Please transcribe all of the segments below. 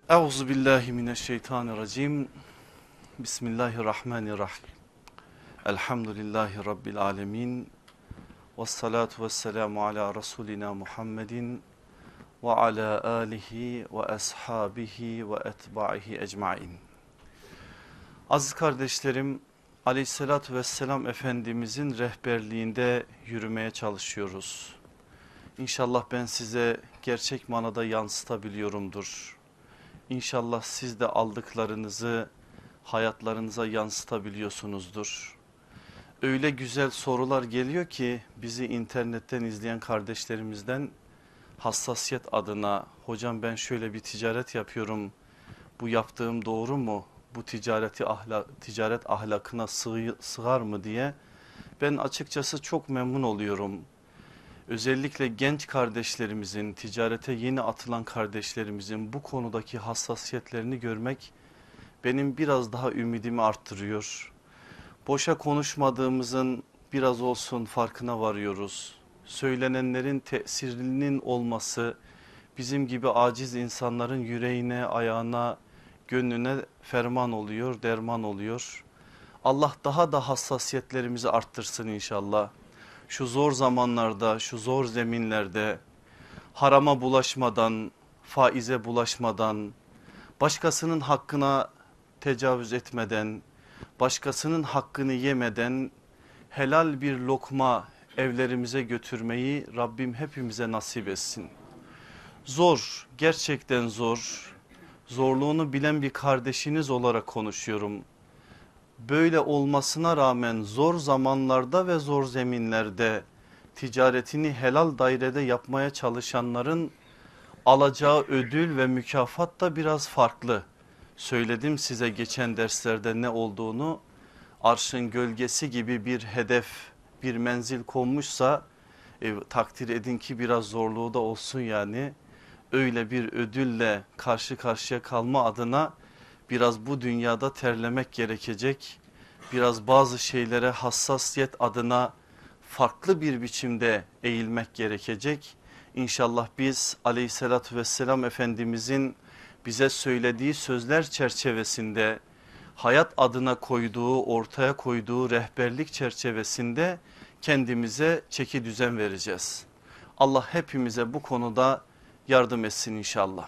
Euzubillahimineşşeytanirracim. Bismillahirrahmanirrahim. Elhamdülillahi Rabbil alemin. Vessalatu vesselamu ala Resulina Muhammedin ve ala alihi ve ashabihi ve etbaihi ecmain. Aziz kardeşlerim, aleyhissalatü vesselam Efendimizin rehberliğinde yürümeye çalışıyoruz. İnşallah ben size gerçek manada yansıtabiliyorumdur. İnşallah siz de aldıklarınızı hayatlarınıza yansıtabiliyorsunuzdur. Öyle güzel sorular geliyor ki bizi internetten izleyen kardeşlerimizden hassasiyet adına, hocam ben şöyle bir ticaret yapıyorum, bu yaptığım doğru mu, bu ticaret ahlakına sığar mı diye ben açıkçası çok memnun oluyorum. Özellikle genç kardeşlerimizin, ticarete yeni atılan kardeşlerimizin bu konudaki hassasiyetlerini görmek benim biraz daha ümidimi arttırıyor. Boşa konuşmadığımızın biraz olsun farkına varıyoruz. Söylenenlerin tesirinin olması bizim gibi aciz insanların yüreğine, ayağına, gönlüne ferman oluyor, derman oluyor. Allah daha da hassasiyetlerimizi arttırsın inşallah. Şu zor zamanlarda, şu zor zeminlerde harama bulaşmadan, faize bulaşmadan, başkasının hakkına tecavüz etmeden, başkasının hakkını yemeden helal bir lokma evlerimize götürmeyi Rabbim hepimize nasip etsin. Zor, gerçekten zor. Zorluğunu bilen bir kardeşiniz olarak konuşuyorum. Böyle olmasına rağmen zor zamanlarda ve zor zeminlerde ticaretini helal dairede yapmaya çalışanların alacağı ödül ve mükafat da biraz farklı. Söyledim size geçen derslerde ne olduğunu. Arşın gölgesi gibi bir hedef, bir menzil konmuşsa takdir edin ki biraz zorluğu da olsun yani. Öyle bir ödülle karşı karşıya kalma adına biraz bu dünyada terlemek gerekecek. Biraz bazı şeylere hassasiyet adına farklı bir biçimde eğilmek gerekecek. İnşallah biz aleyhissalatü vesselam Efendimizin bize söylediği sözler çerçevesinde, hayat adına koyduğu, ortaya koyduğu rehberlik çerçevesinde kendimize çeki düzen vereceğiz. Allah hepimize bu konuda yardım etsin inşallah.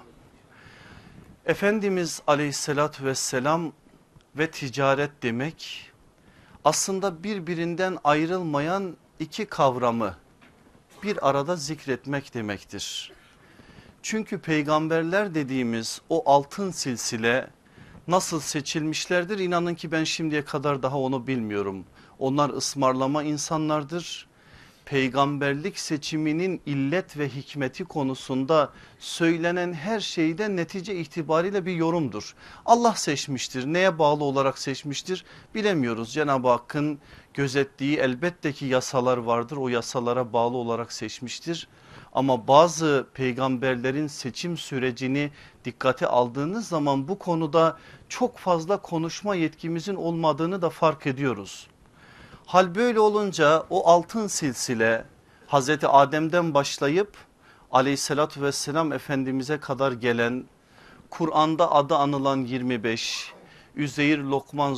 Efendimiz aleyhissalatü vesselam ve ticaret demek aslında birbirinden ayrılmayan iki kavramı bir arada zikretmek demektir. Çünkü peygamberler dediğimiz o altın silsile nasıl seçilmişlerdir, inanın ki ben şimdiye kadar daha onu bilmiyorum. Onlar ısmarlama insanlardır. Peygamberlik seçiminin illet ve hikmeti konusunda söylenen her şeyde netice itibariyle bir yorumdur. Allah seçmiştir, neye bağlı olarak seçmiştir bilemiyoruz. Cenab-ı Hakk'ın gözettiği elbette ki yasalar vardır, o yasalara bağlı olarak seçmiştir. Ama bazı peygamberlerin seçim sürecini dikkate aldığınız zaman bu konuda çok fazla konuşma yetkimizin olmadığını da fark ediyoruz. Hal böyle olunca o altın silsile Hazreti Adem'den başlayıp aleyhissalatü vesselam Efendimiz'e kadar gelen, Kur'an'da adı anılan 25, Üzeyir, Lokman,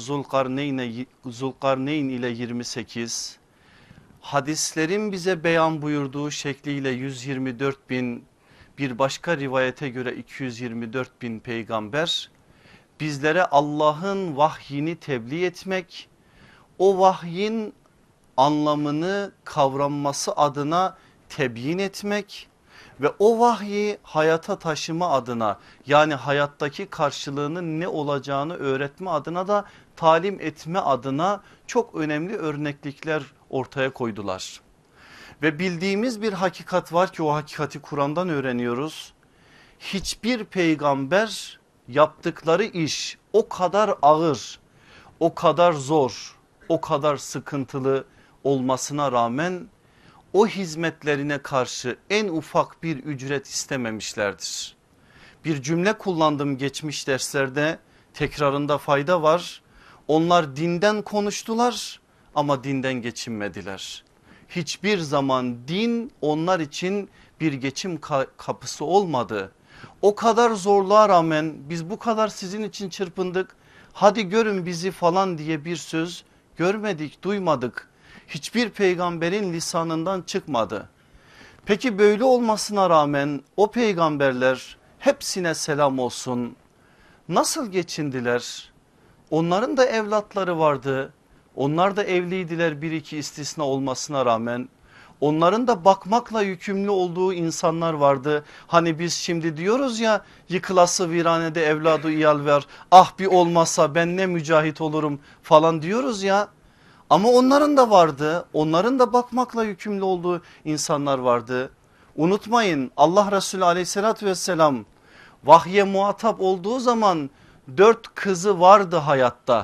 Zulkarneyn ile 28, hadislerin bize beyan buyurduğu şekliyle 124 bin, bir başka rivayete göre 224 bin peygamber bizlere Allah'ın vahyini tebliğ etmek, o vahyin anlamını kavranması adına tebyin etmek ve o vahyi hayata taşıma adına, yani hayattaki karşılığının ne olacağını öğretme adına da talim etme adına çok önemli örneklikler ortaya koydular. Ve bildiğimiz bir hakikat var ki o hakikati Kur'an'dan öğreniyoruz. Hiçbir peygamber yaptıkları iş o kadar ağır, o kadar zor, o kadar sıkıntılı olmasına rağmen o hizmetlerine karşı en ufak bir ücret istememişlerdir. Bir cümle kullandım geçmiş derslerde, tekrarında fayda var. Onlar dinden konuştular ama dinden geçinmediler. Hiçbir zaman din onlar için bir geçim kapısı olmadı. O kadar zorluğa rağmen biz bu kadar sizin için çırpındık. Hadi görün bizi falan diye bir söz görmedik, duymadık. Hiçbir peygamberin lisanından çıkmadı. Peki böyle olmasına rağmen o peygamberler, hepsine selam olsun, nasıl geçindiler? Onların da evlatları vardı. Onlar da evliydiler, bir iki istisna olmasına rağmen. Onların da bakmakla yükümlü olduğu insanlar vardı. Hani biz şimdi diyoruz ya, yıkılası viranede evladı iyal ver. Ah bir olmasa ben ne mücahit olurum falan diyoruz ya. Ama onların da vardı. Onların da bakmakla yükümlü olduğu insanlar vardı. Unutmayın, Allah Resulü aleyhissalatü vesselam vahye muhatap olduğu zaman 4 kızı vardı hayatta.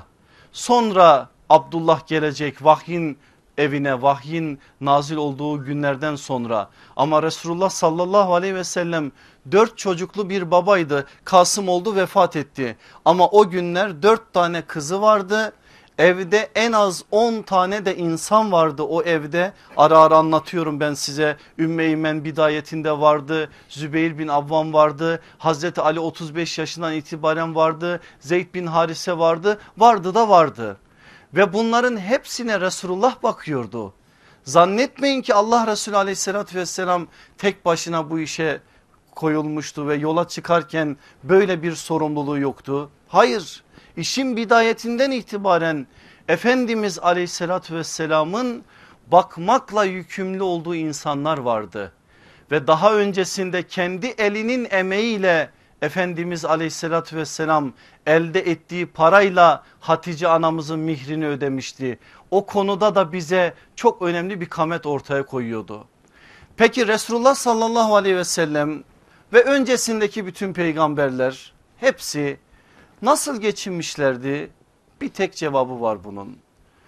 Sonra Abdullah gelecek vahyin evine, vahyin nazil olduğu günlerden sonra. Ama Resulullah sallallahu aleyhi ve sellem 4 çocuklu bir babaydı. Kasım oldu, vefat etti. Ama o günler 4 tane kızı vardı. Evde en az 10 tane de insan vardı o evde. Ara ara anlatıyorum ben size. Ümmü Eymen bidayetinde vardı. Zübeyir bin Avvam vardı. Hazreti Ali 35 yaşından itibaren vardı. Zeyd bin Harise vardı. Vardı da vardı. Ve bunların hepsine Resulullah bakıyordu. Zannetmeyin ki Allah Resulü aleyhissalatü vesselam tek başına bu işe koyulmuştu ve yola çıkarken böyle bir sorumluluğu yoktu. Hayır, işin bidayetinden itibaren Efendimiz aleyhissalatü vesselamın bakmakla yükümlü olduğu insanlar vardı. Ve daha öncesinde kendi elinin emeğiyle Efendimiz aleyhissalatü vesselam elde ettiği parayla Hatice anamızın mihrini ödemişti. O konuda da bize çok önemli bir kamet ortaya koyuyordu. Peki Resulullah sallallahu aleyhi ve sellem ve öncesindeki bütün peygamberler hepsi nasıl geçinmişlerdi? Bir tek cevabı var bunun.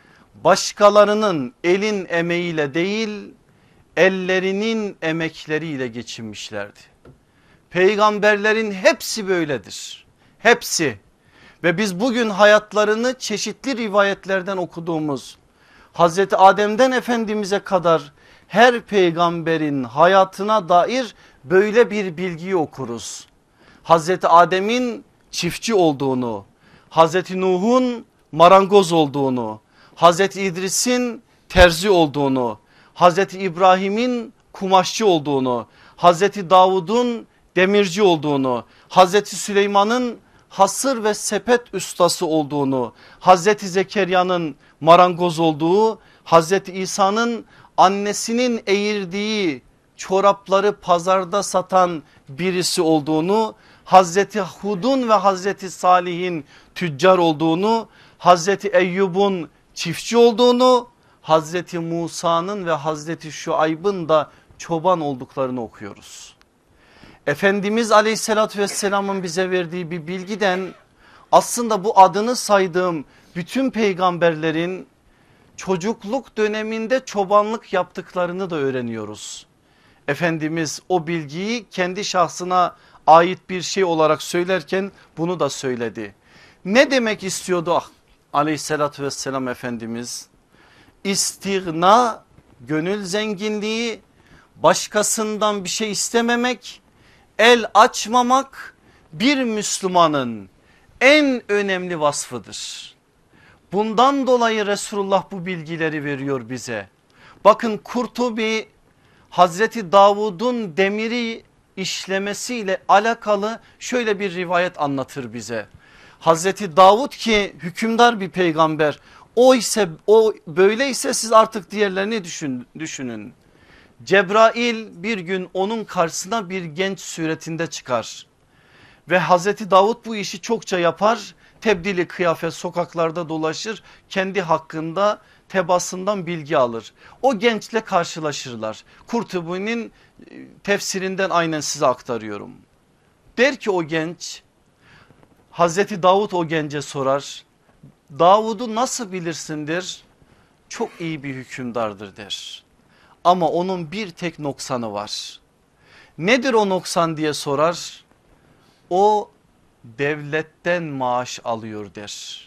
Başkalarının elin emeğiyle değil, ellerinin emekleriyle geçinmişlerdi. Peygamberlerin hepsi böyledir. Hepsi. Ve biz bugün hayatlarını çeşitli rivayetlerden okuduğumuz Hazreti Adem'den Efendimiz'e kadar her peygamberin hayatına dair böyle bir bilgiyi okuruz. Hazreti Adem'in çiftçi olduğunu, Hazreti Nuh'un marangoz olduğunu, Hazreti İdris'in terzi olduğunu, Hazreti İbrahim'in kumaşçı olduğunu, Hazreti Davud'un demirci olduğunu, Hazreti Süleyman'ın hasır ve sepet ustası olduğunu, Hazreti Zekeriya'nın marangoz olduğu, Hazreti İsa'nın annesinin eğirdiği çorapları pazarda satan birisi olduğunu, Hazreti Hud'un ve Hazreti Salih'in tüccar olduğunu, Hazreti Eyyub'un çiftçi olduğunu, Hazreti Musa'nın ve Hazreti Şuayb'ın da çoban olduklarını okuyoruz. Efendimiz aleyhissalatü vesselamın bize verdiği bir bilgiden aslında bu adını saydığım bütün peygamberlerin çocukluk döneminde çobanlık yaptıklarını da öğreniyoruz. Efendimiz o bilgiyi kendi şahsına ait bir şey olarak söylerken bunu da söyledi. Ne demek istiyordu aleyhissalatü vesselam Efendimiz? İstigna, gönül zenginliği, başkasından bir şey istememek, el açmamak bir Müslümanın en önemli vasfıdır. Bundan dolayı Resulullah bu bilgileri veriyor bize. Bakın Kurtubi Hazreti Davud'un demiri işlemesiyle alakalı şöyle bir rivayet anlatır bize. Hazreti Davud ki hükümdar bir peygamber, o böyleyse siz artık diğerlerini düşünün. Cebrail bir gün onun karşısına bir genç suretinde çıkar ve Hazreti Davud bu işi çokça yapar. Tebdili kıyafet sokaklarda dolaşır, kendi hakkında tebaasından bilgi alır. O gençle karşılaşırlar. Kurtubi'nin tefsirinden aynen size aktarıyorum. Der ki o genç, Hazreti Davud o gence sorar. Davud'u nasıl bilirsindir? Çok iyi bir hükümdardır der. Ama onun bir tek noksanı var. Nedir o noksan diye sorar. O devletten maaş alıyor der.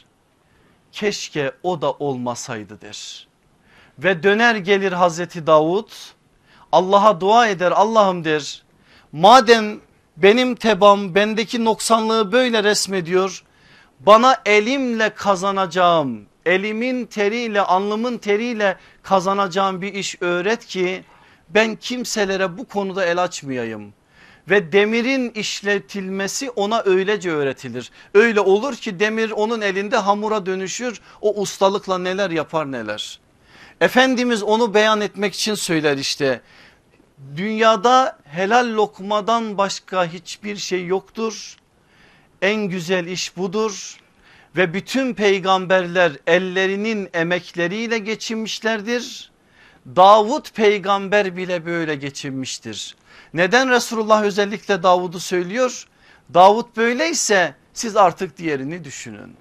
Keşke o da olmasaydı der. Ve döner gelir Hazreti Davud, Allah'a dua eder. Allah'ım der, madem benim tebam bendeki noksanlığı böyle resmediyor. Bana elimle kazanacağım, elimin teriyle, alnımın teriyle kazanacağım bir iş öğret ki ben kimselere bu konuda el açmayayım. Ve demirin işletilmesi ona öylece öğretilir. Öyle olur ki demir onun elinde hamura dönüşür. O ustalıkla neler yapar neler. Efendimiz onu beyan etmek için söyler işte. Dünyada helal lokmadan başka hiçbir şey yoktur. En güzel iş budur. Ve bütün peygamberler ellerinin emekleriyle geçinmişlerdir. Davut peygamber bile böyle geçinmiştir. Neden Resulullah özellikle Davud'u söylüyor? Davut böyleyse siz artık diğerini düşünün.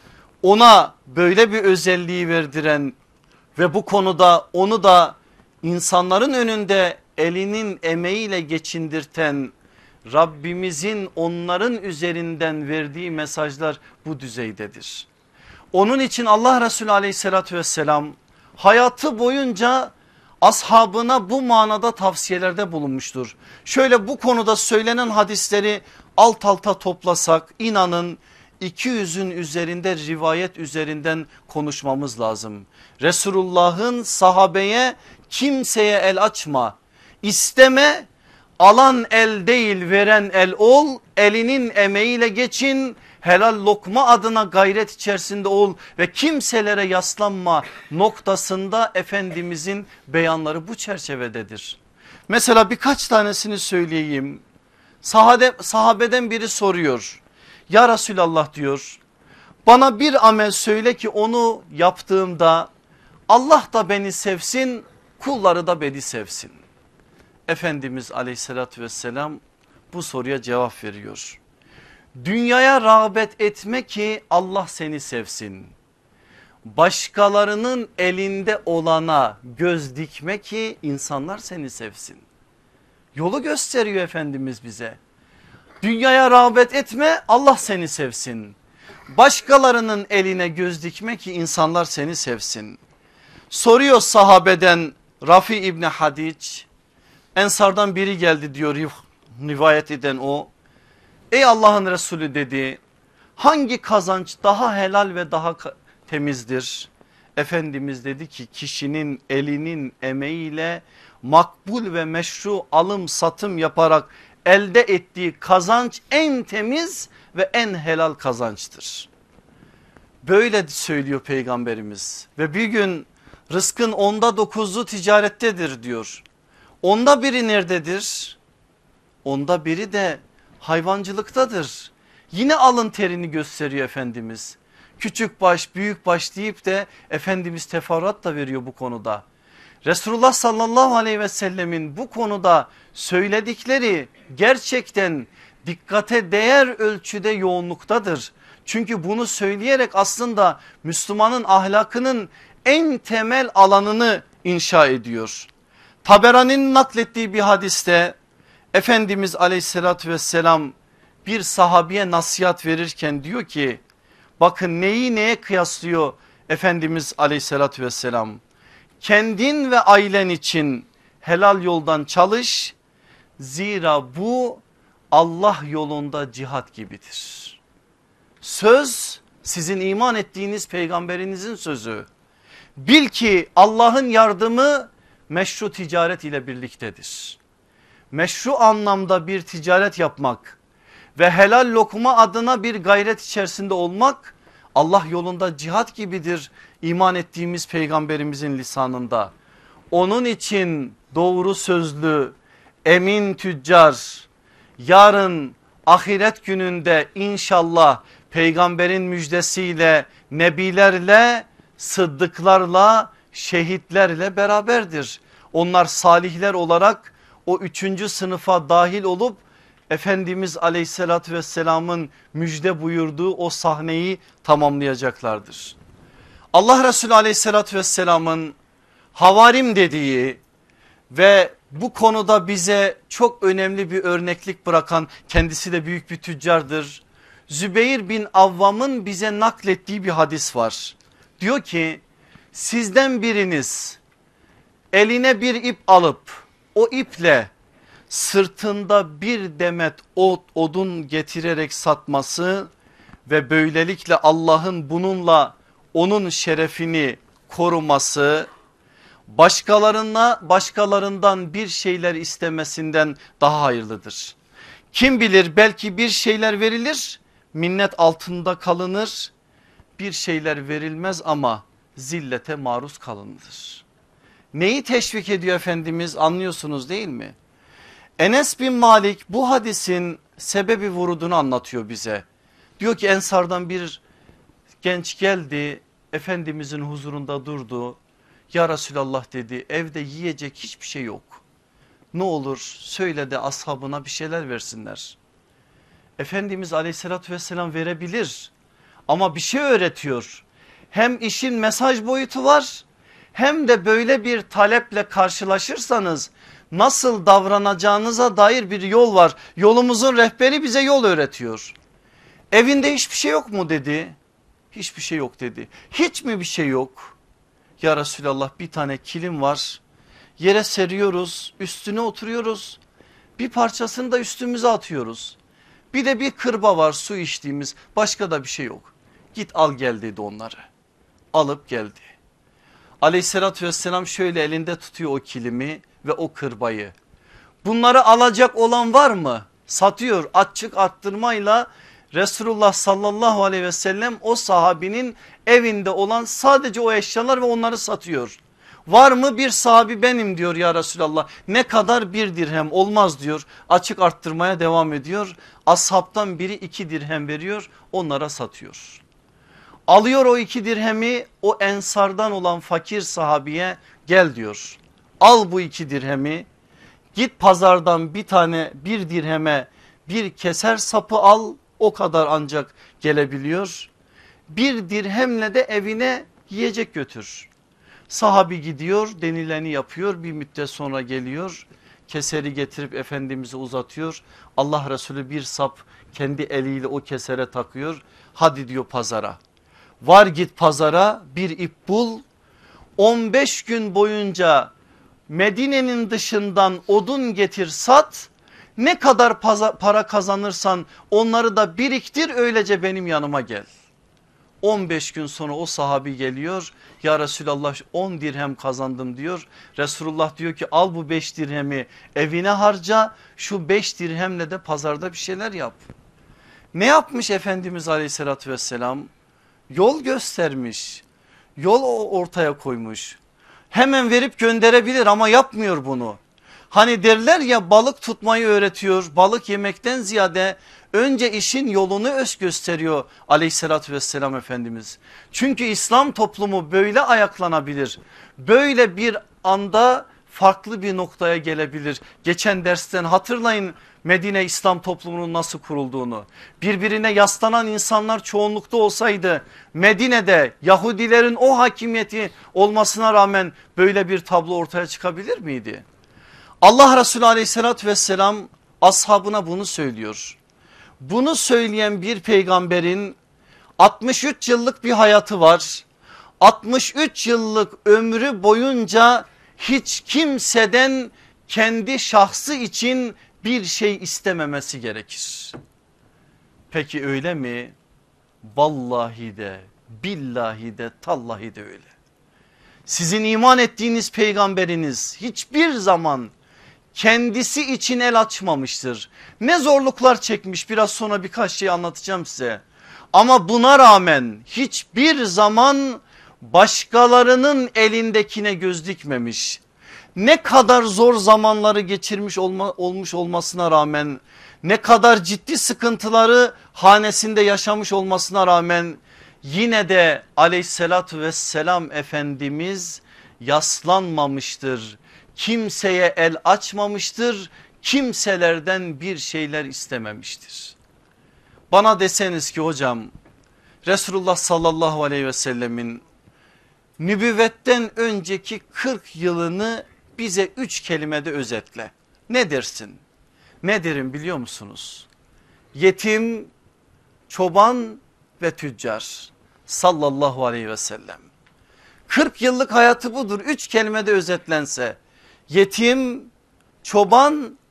Ona böyle bir özelliği verdiren ve bu konuda onu da insanların önünde elinin emeğiyle geçindirten Rabbimizin onların üzerinden verdiği mesajlar bu düzeydedir. Onun için Allah Resulü aleyhissalatü vesselam hayatı boyunca ashabına bu manada tavsiyelerde bulunmuştur. Şöyle bu konuda söylenen hadisleri alt alta toplasak inanın 200'ün üzerinde rivayet üzerinden konuşmamız lazım. Resulullah'ın sahabeye kimseye el açma, isteme, alan el değil veren el ol, elinin emeğiyle geçin, helal lokma adına gayret içerisinde ol ve kimselere yaslanma noktasında Efendimizin beyanları bu çerçevededir. Mesela birkaç tanesini söyleyeyim. Sahabeden biri soruyor. Ya Resulallah diyor, bana bir amel söyle ki onu yaptığımda Allah da beni sevsin, kulları da beni sevsin. Efendimiz aleyhissalatü vesselam bu soruya cevap veriyor. Dünyaya rağbet etme ki Allah seni sevsin. Başkalarının elinde olana göz dikme ki insanlar seni sevsin. Yolu gösteriyor Efendimiz bize. Dünyaya rağbet etme, Allah seni sevsin. Başkalarının eline göz dikme ki insanlar seni sevsin. Soruyor sahabeden Rafi İbni Hadic, Ensardan biri geldi diyor rivayet eden o. Ey Allah'ın Resulü dedi, hangi kazanç daha helal ve daha temizdir? Efendimiz dedi ki kişinin elinin emeğiyle makbul ve meşru alım satım yaparak elde ettiği kazanç en temiz ve en helal kazançtır. Böyle söylüyor peygamberimiz ve bir gün rızkın 9'u ticarettedir diyor. 1/10 nerededir? 1/10 de hayvancılıktadır. Yine alın terini gösteriyor Efendimiz. Küçük baş büyük baş deyip de Efendimiz teferruat da veriyor bu konuda. Resulullah sallallahu aleyhi ve sellemin bu konuda söyledikleri gerçekten dikkate değer ölçüde yoğunluktadır. Çünkü bunu söyleyerek aslında Müslümanın ahlakının en temel alanını inşa ediyor. Taberani'nin naklettiği bir hadiste Efendimiz aleyhissalatü vesselam bir sahabiye nasihat verirken diyor ki bakın neyi neye kıyaslıyor Efendimiz aleyhissalatü vesselam. Kendin ve ailen için helal yoldan çalış, zira bu Allah yolunda cihat gibidir. Söz sizin iman ettiğiniz peygamberinizin sözü. Bil ki Allah'ın yardımı meşru ticaret ile birliktedir. Meşru anlamda bir ticaret yapmak ve helal lokma adına bir gayret içerisinde olmak Allah yolunda cihat gibidir iman ettiğimiz peygamberimizin lisanında. Onun için doğru sözlü, emin tüccar yarın ahiret gününde inşallah peygamberin müjdesiyle, nebilerle, sıddıklarla, şehitlerle beraberdir. Onlar salihler olarak o 3. sınıfa dahil olup Efendimiz aleyhissalatü vesselamın müjde buyurduğu o sahneyi tamamlayacaklardır. Allah Resulü aleyhissalatü vesselamın havarim dediği ve bu konuda bize çok önemli bir örneklik bırakan, kendisi de büyük bir tüccardır, Zübeyir bin Avvam'ın bize naklettiği bir hadis var. Diyor ki sizden biriniz eline bir ip alıp o iple sırtında bir demet odun getirerek satması ve böylelikle Allah'ın bununla onun şerefini koruması başkalarından bir şeyler istemesinden daha hayırlıdır. Kim bilir belki bir şeyler verilir, minnet altında kalınır, bir şeyler verilmez ama zillete maruz kalınır. Neyi teşvik ediyor Efendimiz, anlıyorsunuz değil mi? Enes bin Malik bu hadisin sebebi vurudunu anlatıyor bize. Diyor ki Ensardan bir genç geldi, Efendimizin huzurunda durdu. Ya Resulallah dedi, evde yiyecek hiçbir şey yok. Ne olur söyle de ashabına bir şeyler versinler. Efendimiz aleyhissalatü vesselam verebilir ama bir şey öğretiyor. Hem işin mesaj boyutu var, hem de böyle bir taleple karşılaşırsanız nasıl davranacağınıza dair bir yol var. Yolumuzun rehberi bize yol öğretiyor. Evinde hiçbir şey yok mu dedi. Hiçbir şey yok dedi. Hiç mi bir şey yok? Ya Resulallah bir tane kilim var. Yere seriyoruz, üstüne oturuyoruz. Bir parçasını da üstümüze atıyoruz. Bir de bir kırba var, su içtiğimiz, başka da bir şey yok. Git al gel dedi onları. Alıp geldi. Aleyhissalatü vesselam şöyle elinde tutuyor o kilimi ve o kırbayı. Bunları alacak olan var mı? Satıyor, açık arttırmayla Resulullah sallallahu aleyhi ve sellem o sahabinin evinde olan sadece o eşyalar ve onları satıyor. Var mı? Bir sahabi benim diyor ya Resulallah. Ne kadar? 1 dirhem, olmaz diyor. Açık arttırmaya devam ediyor. Ashabtan biri 2 dirhem veriyor, onlara satıyor. Alıyor o 2 dirhemi o ensardan olan fakir sahabiye, gel diyor. Al bu 2 dirhemi, git pazardan bir dirheme bir keser sapı al, o kadar ancak gelebiliyor. 1 dirhemle de evine yiyecek götür. Sahabi gidiyor, denileni yapıyor, bir müddet sonra geliyor. Keseri getirip Efendimiz'e uzatıyor. Allah Resulü bir sap kendi eliyle o kesere takıyor. Hadi diyor pazara. Var git pazara, bir ip bul. 15 gün boyunca Medine'nin dışından odun getir sat. Ne kadar para kazanırsan onları da biriktir, öylece benim yanıma gel. 15 gün sonra o sahabi geliyor. Ya Resulallah 10 dirhem kazandım diyor. Resulullah diyor ki al bu 5 dirhemi evine harca, şu 5 dirhemle de pazarda bir şeyler yap. Ne yapmış Efendimiz aleyhissalatü vesselam? Yol göstermiş, yol ortaya koymuş. Hemen verip gönderebilir ama yapmıyor bunu. Hani derler ya, balık tutmayı öğretiyor, balık yemekten ziyade önce işin yolunu gösteriyor aleyhissalatü vesselam Efendimiz. Çünkü İslam toplumu böyle ayaklanabilir, böyle bir anda farklı bir noktaya gelebilir. Geçen dersten hatırlayın Medine İslam toplumunun nasıl kurulduğunu. Birbirine yaslanan insanlar çoğunlukta olsaydı Medine'de Yahudilerin o hakimiyeti olmasına rağmen böyle bir tablo ortaya çıkabilir miydi? Allah Resulü aleyhissalatü vesselam ashabına bunu söylüyor. Bunu söyleyen bir peygamberin 63 yıllık bir hayatı var. 63 yıllık ömrü boyunca hiç kimseden kendi şahsı için bir şey istememesi gerekir. Peki öyle mi? Vallahi de, billahi de, tallahi de öyle. Sizin iman ettiğiniz peygamberiniz hiçbir zaman kendisi için el açmamıştır. Ne zorluklar çekmiş, biraz sonra birkaç şey anlatacağım size. Ama buna rağmen hiçbir zaman başkalarının elindekine göz dikmemiş. Ne kadar zor zamanları geçirmiş olmuş olmasına rağmen, ne kadar ciddi sıkıntıları hanesinde yaşamış olmasına rağmen yine de aleyhissalatü vesselam Efendimiz yaslanmamıştır. Kimseye el açmamıştır, kimselerden bir şeyler istememiştir. Bana deseniz ki hocam Resulullah sallallahu aleyhi ve sellemin nübüvvetten önceki 40 yılını bize 3 kelimede özetle. Ne dersin? Ne derim biliyor musunuz? Yetim, çoban ve tüccar sallallahu aleyhi ve sellem. 40 yıllık hayatı budur, 3 kelimede özetlense. Yetim, çoban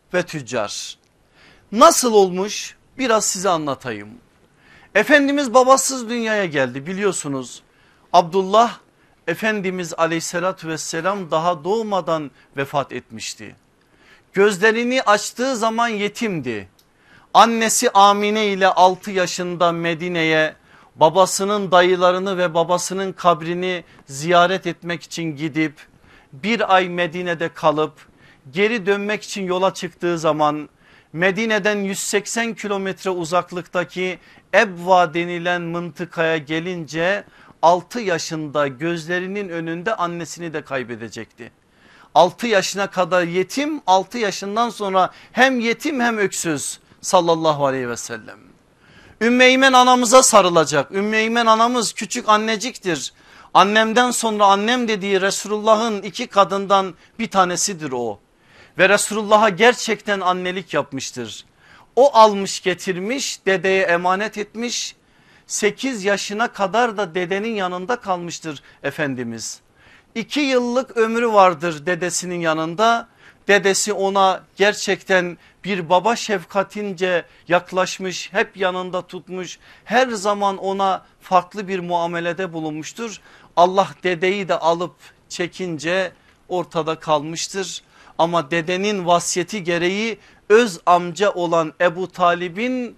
ve tüccar. Nasıl olmuş biraz size anlatayım. Efendimiz babasız dünyaya geldi biliyorsunuz. Abdullah Efendimiz aleyhissalatü vesselam daha doğmadan vefat etmişti. Gözlerini açtığı zaman yetimdi. Annesi Amine ile 6 yaşında Medine'ye babasının dayılarını ve babasının kabrini ziyaret etmek için gidip bir ay Medine'de kalıp geri dönmek için yola çıktığı zaman Medine'den 180 kilometre uzaklıktaki Ebva denilen mıntıkaya gelince 6 yaşında gözlerinin önünde annesini de kaybedecekti. 6 yaşına kadar yetim, 6 yaşından sonra hem yetim hem öksüz sallallahu aleyhi ve sellem. Ümmü Eymen anamıza sarılacak. Ümmü Eymen anamız küçük anneciktir. Annemden sonra annem dediği Resulullah'ın 2 kadından bir tanesidir o. Ve Resulullah'a gerçekten annelik yapmıştır. O almış getirmiş, dedeye emanet etmiş. 8 yaşına kadar da dedenin yanında kalmıştır Efendimiz. 2 yıllık ömrü vardır dedesinin yanında. Dedesi ona gerçekten bir baba şefkatince yaklaşmış, hep yanında tutmuş, her zaman ona farklı bir muamelede bulunmuştur. Allah dedeyi de alıp çekince ortada kalmıştır. Ama dedenin vasiyeti gereği öz amca olan Ebu Talib'in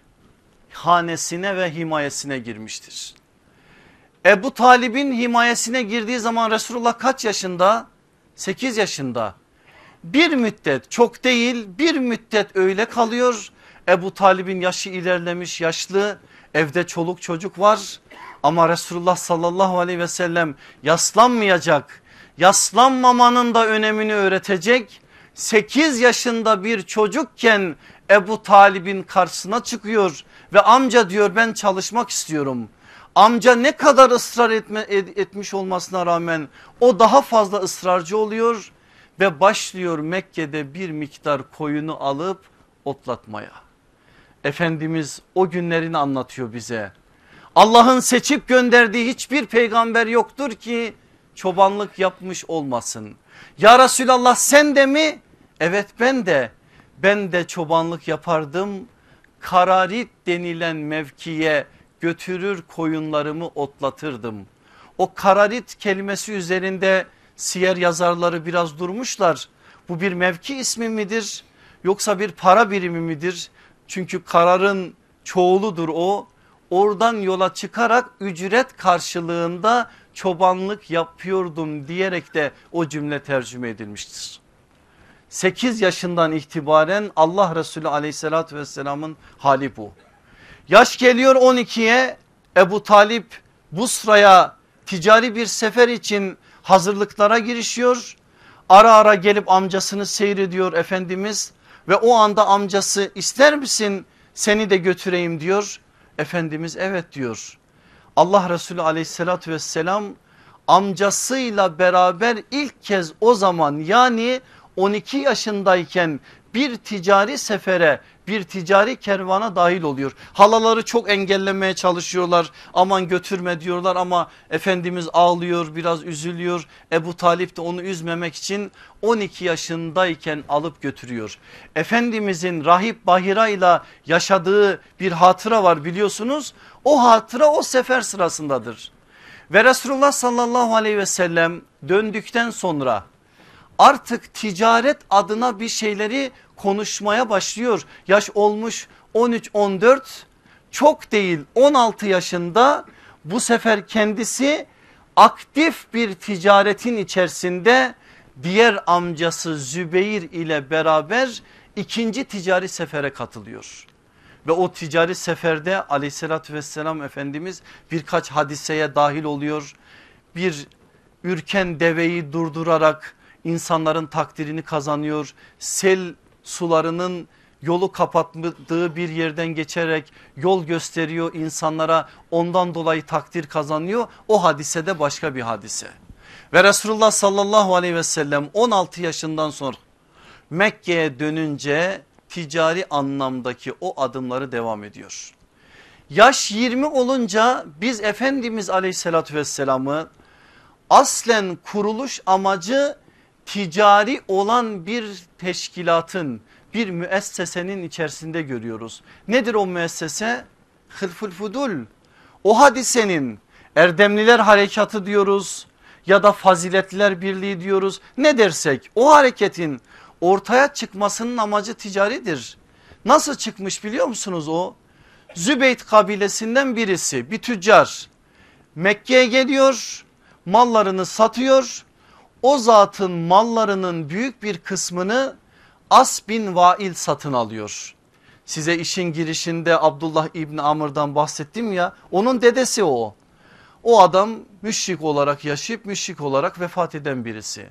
hanesine ve himayesine girmiştir. Ebu Talib'in himayesine girdiği zaman Resulullah kaç yaşında? 8 yaşında. Bir müddet, çok değil, bir müddet öyle kalıyor. Ebu Talib'in yaşı ilerlemiş, yaşlı, evde çoluk çocuk var. Ama Resulullah sallallahu aleyhi ve sellem yaslanmayacak, yaslanmamanın da önemini öğretecek. 8 yaşında bir çocukken Ebu Talib'in karşısına çıkıyor ve amca diyor ben çalışmak istiyorum. Amca ne kadar ısrar etmiş olmasına rağmen o daha fazla ısrarcı oluyor ve başlıyor Mekke'de bir miktar koyunu alıp otlatmaya. Efendimiz o günlerini anlatıyor bize. Allah'ın seçip gönderdiği hiçbir peygamber yoktur ki çobanlık yapmış olmasın. Ya Resulallah sen de mi? Evet ben de çobanlık yapardım. Kararit denilen mevkiye götürür koyunlarımı otlatırdım. O kararit kelimesi üzerinde siyer yazarları biraz durmuşlar. Bu bir mevki ismi midir yoksa bir para birimi midir? Çünkü kararın çoğuludur o. Oradan yola çıkarak ücret karşılığında çobanlık yapıyordum diyerek de o cümle tercüme edilmiştir. 8 yaşından itibaren Allah Resulü aleyhissalatü vesselamın hali bu. Yaş geliyor 12'ye, Ebu Talip Busra'ya ticari bir sefer için hazırlıklara girişiyor. Ara ara gelip amcasını seyrediyor Efendimiz ve o anda amcası ister misin seni de götüreyim diyor. Efendimiz evet diyor. Allah Resulü aleyhissalatü vesselam amcasıyla beraber ilk kez o zaman yani 12 yaşındayken bir ticari sefere, bir ticari kervana dahil oluyor. Halaları çok engellemeye çalışıyorlar, aman götürme diyorlar ama Efendimiz ağlıyor, biraz üzülüyor. Ebu Talip de onu üzmemek için 12 yaşındayken alıp götürüyor. Efendimizin Rahip Bahira ile yaşadığı bir hatıra var biliyorsunuz. O hatıra o sefer sırasındadır. Ve Resulullah sallallahu aleyhi ve sellem döndükten sonra artık ticaret adına bir şeyleri konuşmaya başlıyor. Yaş olmuş 13-14, çok değil 16 yaşında bu sefer kendisi aktif bir ticaretin içerisinde diğer amcası Zübeyir ile beraber 2. ticari sefere katılıyor. Ve o ticari seferde aleyhissalatü vesselam Efendimiz birkaç hadiseye dahil oluyor. Bir ürken deveyi durdurarak insanların takdirini kazanıyor. Sel sularının yolu kapattığı bir yerden geçerek yol gösteriyor insanlara, ondan dolayı takdir kazanıyor. O hadise de başka bir hadise. Ve Resulullah sallallahu aleyhi ve sellem 16 yaşından sonra Mekke'ye dönünce ticari anlamdaki o adımları devam ediyor. Yaş 20 olunca biz Efendimiz aleyhissalatü vesselamı aslen kuruluş amacı ticari olan bir teşkilatın, bir müessesenin içerisinde görüyoruz. Nedir o müessese? Hılful Fudul. O hadisenin Erdemliler Harekatı diyoruz ya da Faziletliler Birliği diyoruz. Ne dersek o hareketin ortaya çıkmasının amacı ticaridir. Nasıl çıkmış biliyor musunuz o? Zübeyt kabilesinden birisi, bir tüccar Mekke'ye geliyor, mallarını satıyor. O zatın mallarının büyük bir kısmını As bin Vail satın alıyor. Size işin girişinde Abdullah İbni Amr'dan bahsettim ya, onun dedesi o. O adam müşrik olarak yaşayıp müşrik olarak vefat eden birisi.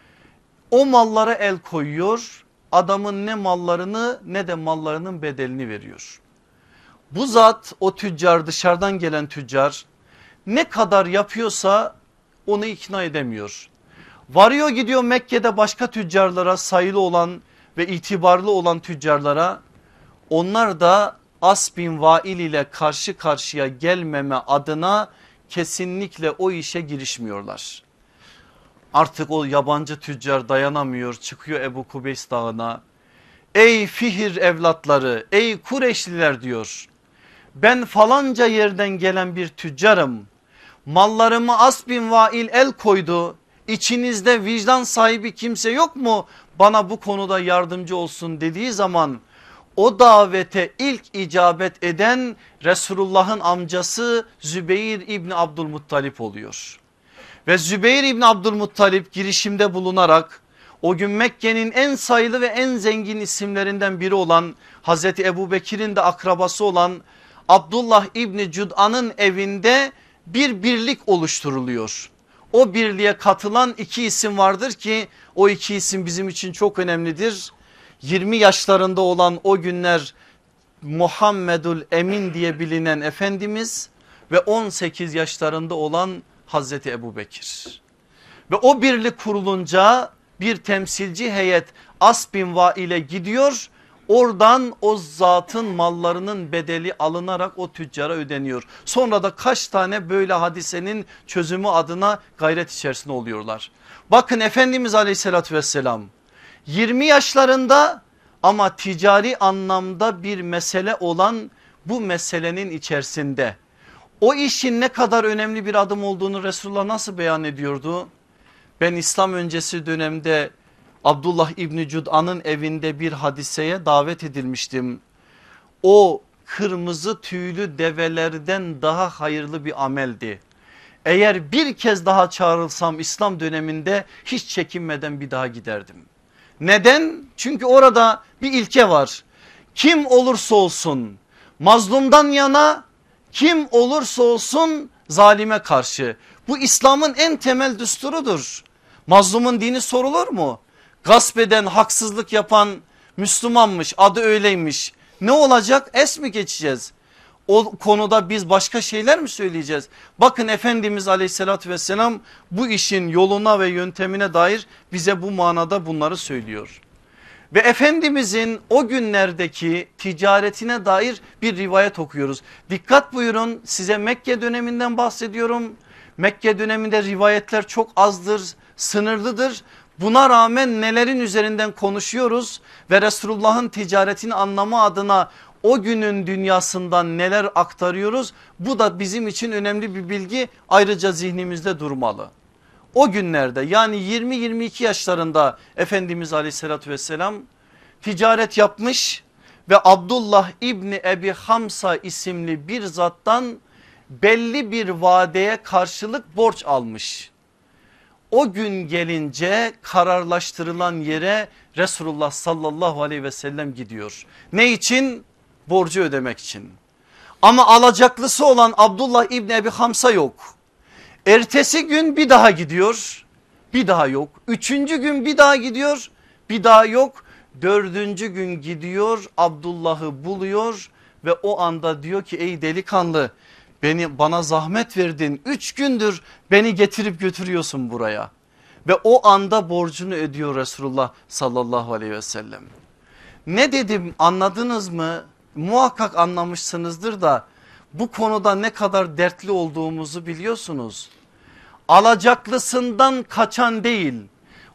O mallara el koyuyor, adamın ne mallarını ne de mallarının bedelini veriyor. Bu zat, o tüccar, dışarıdan gelen tüccar ne kadar yapıyorsa onu ikna edemiyor. Varıyor gidiyor Mekke'de başka tüccarlara, sayılı olan ve itibarlı olan tüccarlara, onlar da As bin Vail ile karşı karşıya gelmeme adına kesinlikle o işe girişmiyorlar. Artık o yabancı tüccar dayanamıyor, çıkıyor Ebu Kubeys dağına. Ey Fihir evlatları, ey Kureyşliler diyor. Ben falanca yerden gelen bir tüccarım. Mallarımı As bin Vail el koydu. İçinizde vicdan sahibi kimse yok mu? Bana bu konuda yardımcı olsun dediği zaman o davete ilk icabet eden Resulullah'ın amcası Zübeyir İbni Abdülmuttalip oluyor. Ve Zübeyir İbni Abdülmuttalip girişimde bulunarak o gün Mekke'nin en sayılı ve en zengin isimlerinden biri olan Hazreti Ebu Bekir'in de akrabası olan Abdullah İbni Cud'an'ın evinde bir birlik oluşturuluyor. O birliğe katılan iki isim vardır ki o iki isim bizim için çok önemlidir. 20 yaşlarında olan o günler Muhammedül Emin diye bilinen Efendimiz ve 18 yaşlarında olan Hazreti Ebu Bekir. Ve o birlik kurulunca bir temsilci heyet As bin Vail'e gidiyor. Oradan o zatın mallarının bedeli alınarak o tüccara ödeniyor. Sonra da kaç tane böyle hadisenin çözümü adına gayret içerisinde oluyorlar. Bakın Efendimiz aleyhissalatü vesselam 20 yaşlarında ama ticari anlamda bir mesele olan bu meselenin içerisinde. O işin ne kadar önemli bir adım olduğunu Resulullah nasıl beyan ediyordu? Ben İslam öncesi dönemde Abdullah İbni Cud'an'ın evinde bir hadiseye davet edilmiştim. O kırmızı tüylü develerden daha hayırlı bir ameldi. Eğer bir kez daha çağrılsam İslam döneminde hiç çekinmeden bir daha giderdim. Neden? Çünkü orada bir ilke var. Kim olursa olsun mazlumdan yana, kim olursa olsun zalime karşı. Bu İslam'ın en temel düsturudur. Mazlumun dini sorulur mu? Gasp eden, haksızlık yapan Müslümanmış, adı öyleymiş. Ne olacak? Es mi geçeceğiz? O konuda biz başka şeyler mi söyleyeceğiz? Bakın Efendimiz aleyhissalatü vesselam bu işin yoluna ve yöntemine dair bize bu manada bunları söylüyor. Ve Efendimizin o günlerdeki ticaretine dair bir rivayet okuyoruz. Dikkat buyurun, size Mekke döneminden bahsediyorum. Mekke döneminde rivayetler çok azdır, sınırlıdır. Buna rağmen nelerin üzerinden konuşuyoruz ve Resulullah'ın ticaretini anlama adına o günün dünyasından neler aktarıyoruz? Bu da bizim için önemli bir bilgi, ayrıca zihnimizde durmalı. O günlerde yani 20-22 yaşlarında Efendimiz aleyhissalatü vesselam ticaret yapmış ve Abdullah İbni Ebi Hamsa isimli bir zattan belli bir vadeye karşılık borç almış. O gün gelince kararlaştırılan yere Resulullah sallallahu aleyhi ve sellem gidiyor. Ne için? Borcu ödemek için. Ama alacaklısı olan Abdullah İbni Ebi Hamsa yok. Ertesi gün bir daha gidiyor, bir daha yok. Üçüncü gün bir daha gidiyor, bir daha yok. Dördüncü gün gidiyor, Abdullah'ı buluyor ve o anda diyor ki ey delikanlı, bana zahmet verdin, 3 gündür beni getirip götürüyorsun buraya. Ve o anda borcunu ödüyor Resulullah sallallahu aleyhi ve sellem. Ne dedim, anladınız mı? Muhakkak anlamışsınızdır da bu konuda ne kadar dertli olduğumuzu biliyorsunuz. Alacaklısından kaçan değil,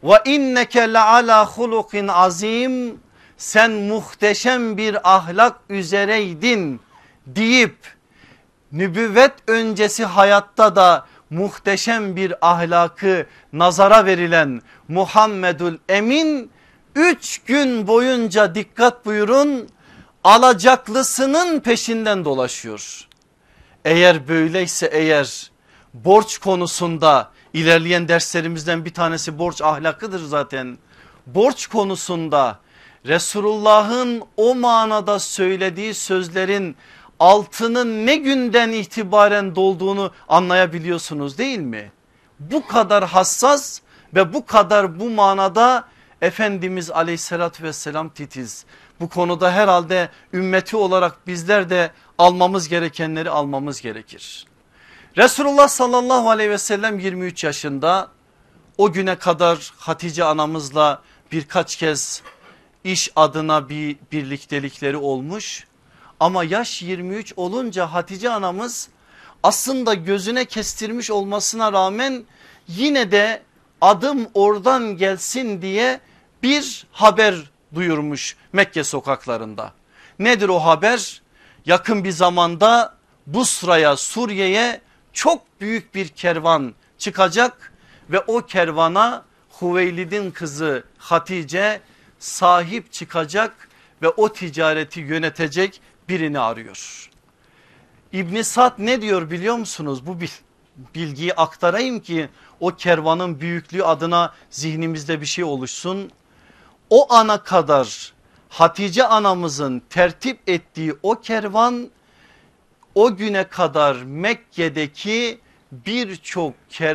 ve inneke leala hulukin azim, sen muhteşem bir ahlak üzereydin deyip nübüvvet öncesi hayatta da muhteşem bir ahlakı nazara verilen Muhammedül Emin 3 gün boyunca, dikkat buyurun, alacaklısının peşinden dolaşıyor. Eğer böyleyse, eğer borç konusunda, ilerleyen derslerimizden bir tanesi borç ahlakıdır zaten. Borç konusunda Resulullah'ın o manada söylediği sözlerin altının ne günden itibaren dolduğunu anlayabiliyorsunuz değil mi? Bu kadar hassas ve bu kadar bu manada Efendimiz aleyhissalatü vesselam titiz. Bu konuda herhalde ümmeti olarak bizler de almamız gerekenleri almamız gerekir. Resulullah sallallahu aleyhi ve sellem 23 yaşında, o güne kadar Hatice anamızla birkaç kez iş adına bir birliktelikleri olmuş. Ama yaş 23 olunca Hatice anamız aslında gözüne kestirmiş olmasına rağmen yine de adım oradan gelsin diye bir haber duyurmuş Mekke sokaklarında. Nedir o haber? Yakın bir zamanda Busra'ya, Suriye'ye çok büyük bir kervan çıkacak ve o kervana Hüveylid'in kızı Hatice sahip çıkacak ve o ticareti yönetecek birini arıyor. İbn Sad ne diyor biliyor musunuz? Bu bilgiyi aktarayım ki o kervanın büyüklüğü adına zihnimizde bir şey oluşsun. O ana kadar Hatice anamızın tertip ettiği o kervan, o güne kadar Mekke'deki birçok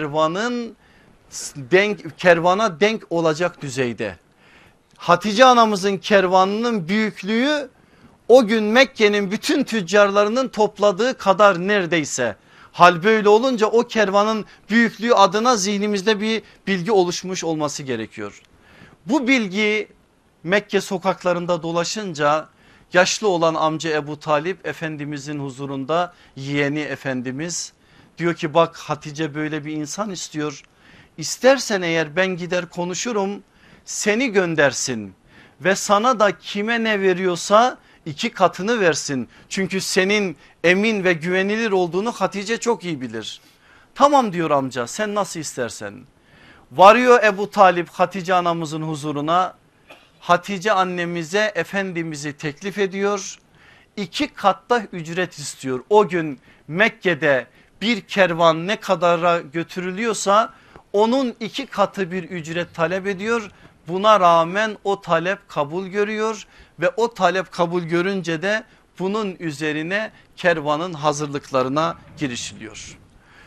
kervana denk olacak düzeyde. Hatice anamızın kervanının büyüklüğü o gün Mekke'nin bütün tüccarlarının topladığı kadar neredeyse. Hal böyle olunca o kervanın büyüklüğü adına zihnimizde bir bilgi oluşmuş olması gerekiyor. Bu bilgi Mekke sokaklarında dolaşınca yaşlı olan amca Ebu Talip Efendimizin huzurunda, yeğeni Efendimiz diyor ki bak Hatice böyle bir insan istiyor. İstersen eğer ben gider konuşurum, seni göndersin ve sana da kime ne veriyorsa 2 katını versin. Çünkü senin emin ve güvenilir olduğunu Hatice çok iyi bilir. Tamam diyor amca, sen nasıl istersen. Varıyor Ebu Talip Hatice anamızın huzuruna. Hatice annemize Efendimiz'i teklif ediyor. 2 katta ücret istiyor. O gün Mekke'de bir kervan ne kadara götürülüyorsa onun 2 katı bir ücret talep ediyor. Buna rağmen o talep kabul görüyor ve o talep kabul görünce de bunun üzerine kervanın hazırlıklarına girişiliyor.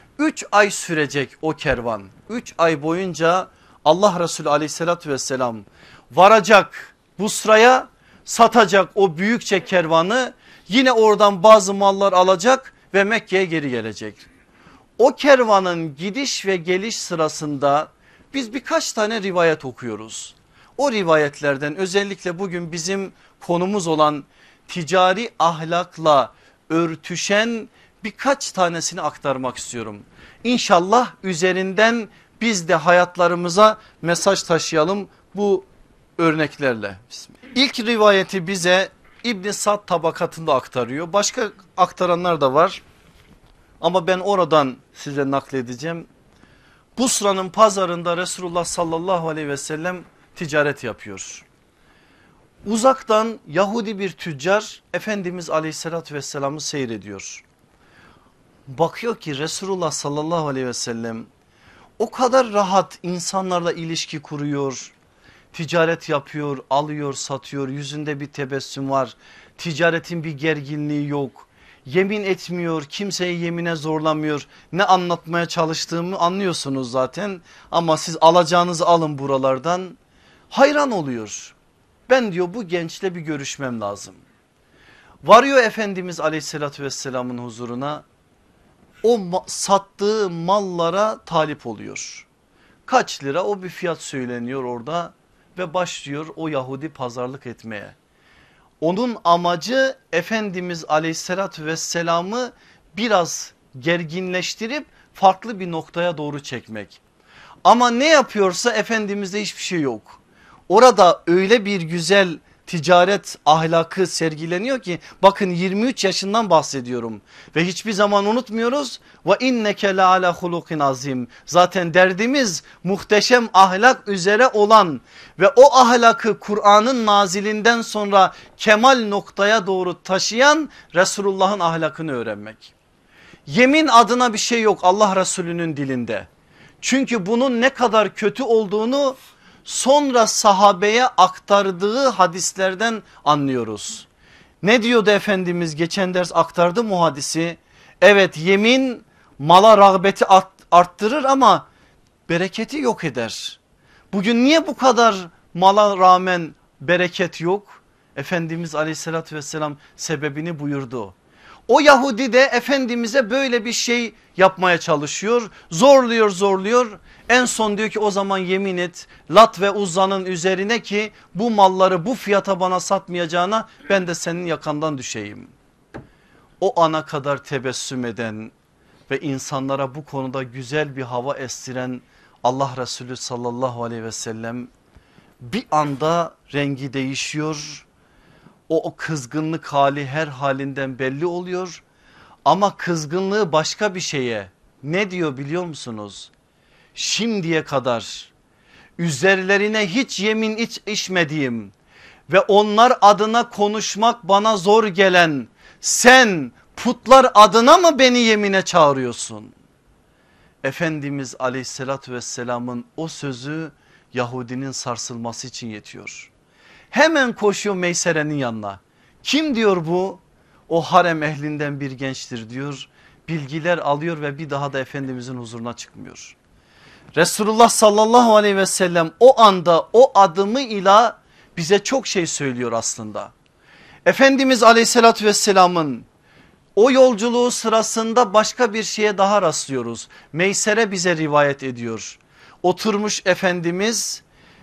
3 ay sürecek o kervan. 3 ay boyunca Allah Resulü aleyhissalatü vesselam varacak Busra'ya, satacak o büyükçe kervanı, yine oradan bazı mallar alacak ve Mekke'ye geri gelecek. O kervanın gidiş ve geliş sırasında biz birkaç tane rivayet okuyoruz. O rivayetlerden özellikle bugün bizim konumuz olan ticari ahlakla örtüşen birkaç tanesini aktarmak istiyorum. İnşallah üzerinden biz de hayatlarımıza mesaj taşıyalım bu örneklerle. İlk rivayeti bize İbn Sad tabakatında aktarıyor. Başka aktaranlar da var ama ben oradan size nakledeceğim. Busra'nın pazarında Resulullah sallallahu aleyhi ve sellem ticaret yapıyor. Uzaktan Yahudi bir tüccar Efendimiz aleyhissalatü vesselam'ı seyrediyor. Bakıyor ki Resulullah sallallahu aleyhi ve sellem o kadar rahat insanlarla ilişki kuruyor, ticaret yapıyor, alıyor, satıyor, yüzünde bir tebessüm var, ticaretin bir gerginliği yok, yemin etmiyor, kimseyi yemine zorlamıyor. Ne anlatmaya çalıştığımı anlıyorsunuz zaten ama siz alacağınızı alın buralardan. Hayran oluyor. Ben diyor bu gençle bir görüşmem lazım. Varıyor Efendimiz aleyhissalatü vesselamın huzuruna, o sattığı mallara talip oluyor. Kaç lira o bir fiyat söyleniyor orada ve başlıyor o Yahudi pazarlık etmeye. Onun amacı Efendimiz aleyhissalatü vesselamı biraz gerginleştirip farklı bir noktaya doğru çekmek. Ama ne yapıyorsa Efendimiz'de hiçbir şey yok. Orada öyle bir güzel ticaret ahlakı sergileniyor ki, bakın 23 yaşından bahsediyorum ve hiçbir zaman unutmuyoruz. Ve inneke la ala hulukin azim. Zaten derdimiz muhteşem ahlak üzere olan ve o ahlakı Kur'an'ın nazilinden sonra kemal noktaya doğru taşıyan Resulullah'ın ahlakını öğrenmek. Yemin adına bir şey yok Allah Resulü'nün dilinde. Çünkü bunun ne kadar kötü olduğunu sonra sahabeye aktardığı hadislerden anlıyoruz. Ne diyordu Efendimiz, geçen ders aktardı mu hadisi? Evet, yemin mala rağbeti arttırır ama bereketi yok eder. Bugün niye bu kadar mala rağmen bereket yok? Efendimiz aleyhissalatü vesselam sebebini buyurdu. O Yahudi de Efendimiz'e böyle bir şey yapmaya çalışıyor, zorluyor. En son diyor ki o zaman yemin et Lat ve Uzza'nın üzerine ki bu malları bu fiyata bana satmayacağına ben de senin yakandan düşeyim. O ana kadar tebessüm eden ve insanlara bu konuda güzel bir hava estiren Allah Resulü sallallahu aleyhi ve sellem bir anda rengi değişiyor. O kızgınlık hali her halinden belli oluyor ama kızgınlığı başka bir şeye. Ne diyor biliyor musunuz? Şimdiye kadar üzerlerine hiç yemin içmediğim ve onlar adına konuşmak bana zor gelen sen putlar adına mı beni yemine çağırıyorsun? Efendimiz aleyhissalatü vesselamın o sözü Yahudinin sarsılması için yetiyor. Hemen koşuyor Meysere'nin yanına. Kim diyor bu? O harem ehlinden bir gençtir diyor. Bilgiler alıyor ve bir daha da Efendimizin huzuruna çıkmıyor. Resulullah sallallahu aleyhi ve sellem o anda o adımıyla bize çok şey söylüyor aslında. Efendimiz aleyhissalatü vesselamın o yolculuğu sırasında başka bir şeye daha rastlıyoruz. Meysere bize rivayet ediyor. Oturmuş Efendimiz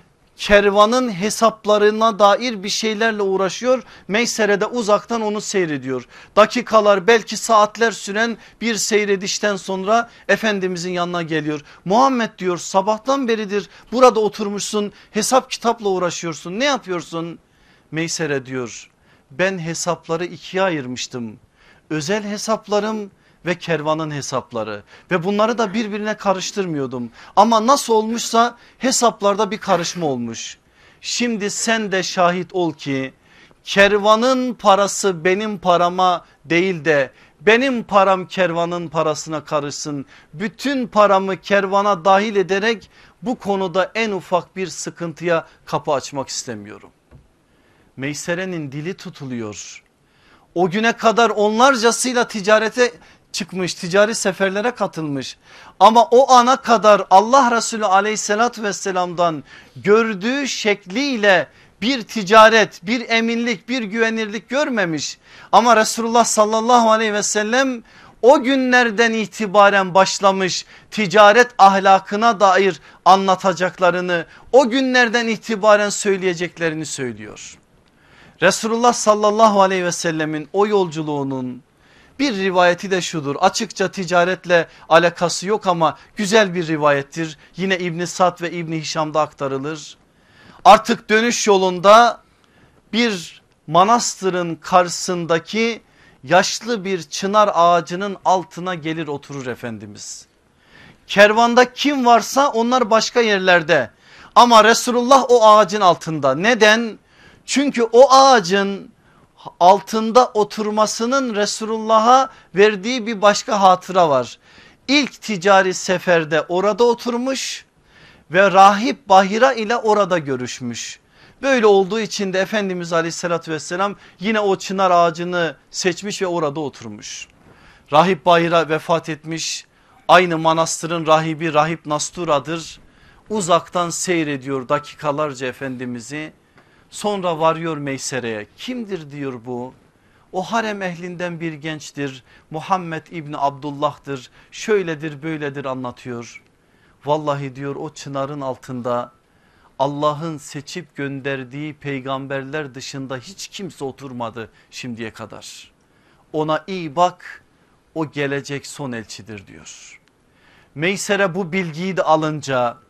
kervanın hesaplarına dair bir şeylerle uğraşıyor. Meysere de uzaktan onu seyrediyor. Dakikalar belki saatler süren bir seyredişten sonra Efendimizin yanına geliyor. Muhammed diyor, sabahtan beridir burada oturmuşsun, hesap kitapla uğraşıyorsun, ne yapıyorsun? Meysere diyor, ben hesapları ikiye ayırmıştım. Özel hesaplarım ve kervanın hesapları ve bunları da birbirine karıştırmıyordum. Ama nasıl olmuşsa hesaplarda bir karışma olmuş. Şimdi sen de şahit ol ki kervanın parası benim parama değil de benim param kervanın parasına karışsın. Bütün paramı kervana dahil ederek bu konuda en ufak bir sıkıntıya kapı açmak istemiyorum. Meysere'nin dili tutuluyor. O güne kadar onlarcasıyla ticarete çıkmış, ticari seferlere katılmış ama o ana kadar Allah Resulü aleyhissalatü vesselam'dan gördüğü şekliyle bir ticaret, bir eminlik, bir güvenirlik görmemiş. Ama Resulullah sallallahu aleyhi ve sellem o günlerden itibaren başlamış ticaret ahlakına dair anlatacaklarını, o günlerden itibaren söyleyeceklerini söylüyor. Resulullah sallallahu aleyhi ve sellemin o yolculuğunun bir rivayeti de şudur. Açıkça ticaretle alakası yok ama güzel bir rivayettir. Yine İbn-i Sad ve İbn-i Hişam'da aktarılır. Artık dönüş yolunda bir manastırın karşısındaki yaşlı bir çınar ağacının altına gelir oturur Efendimiz. Kervanda kim varsa onlar başka yerlerde ama Resulullah o ağacın altında. Neden? Çünkü o ağacın altında oturmasının Resulullah'a verdiği bir başka hatıra var. İlk ticari seferde orada oturmuş ve rahip Bahira ile orada görüşmüş. Böyle olduğu için de Efendimiz aleyhissalatü vesselam yine o çınar ağacını seçmiş ve orada oturmuş. Rahip Bahira vefat etmiş. Aynı manastırın rahibi Rahip Nastura'dır. Uzaktan seyrediyor dakikalarca Efendimiz'i. Sonra varıyor Meysere'ye. Kimdir diyor bu? O harem ehlinden bir gençtir. Muhammed İbni Abdullah'tır. Şöyledir böyledir anlatıyor. Vallahi diyor o çınarın altında Allah'ın seçip gönderdiği peygamberler dışında hiç kimse oturmadı şimdiye kadar. Ona iyi bak, o gelecek son elçidir diyor. Meysere bu bilgiyi de alınca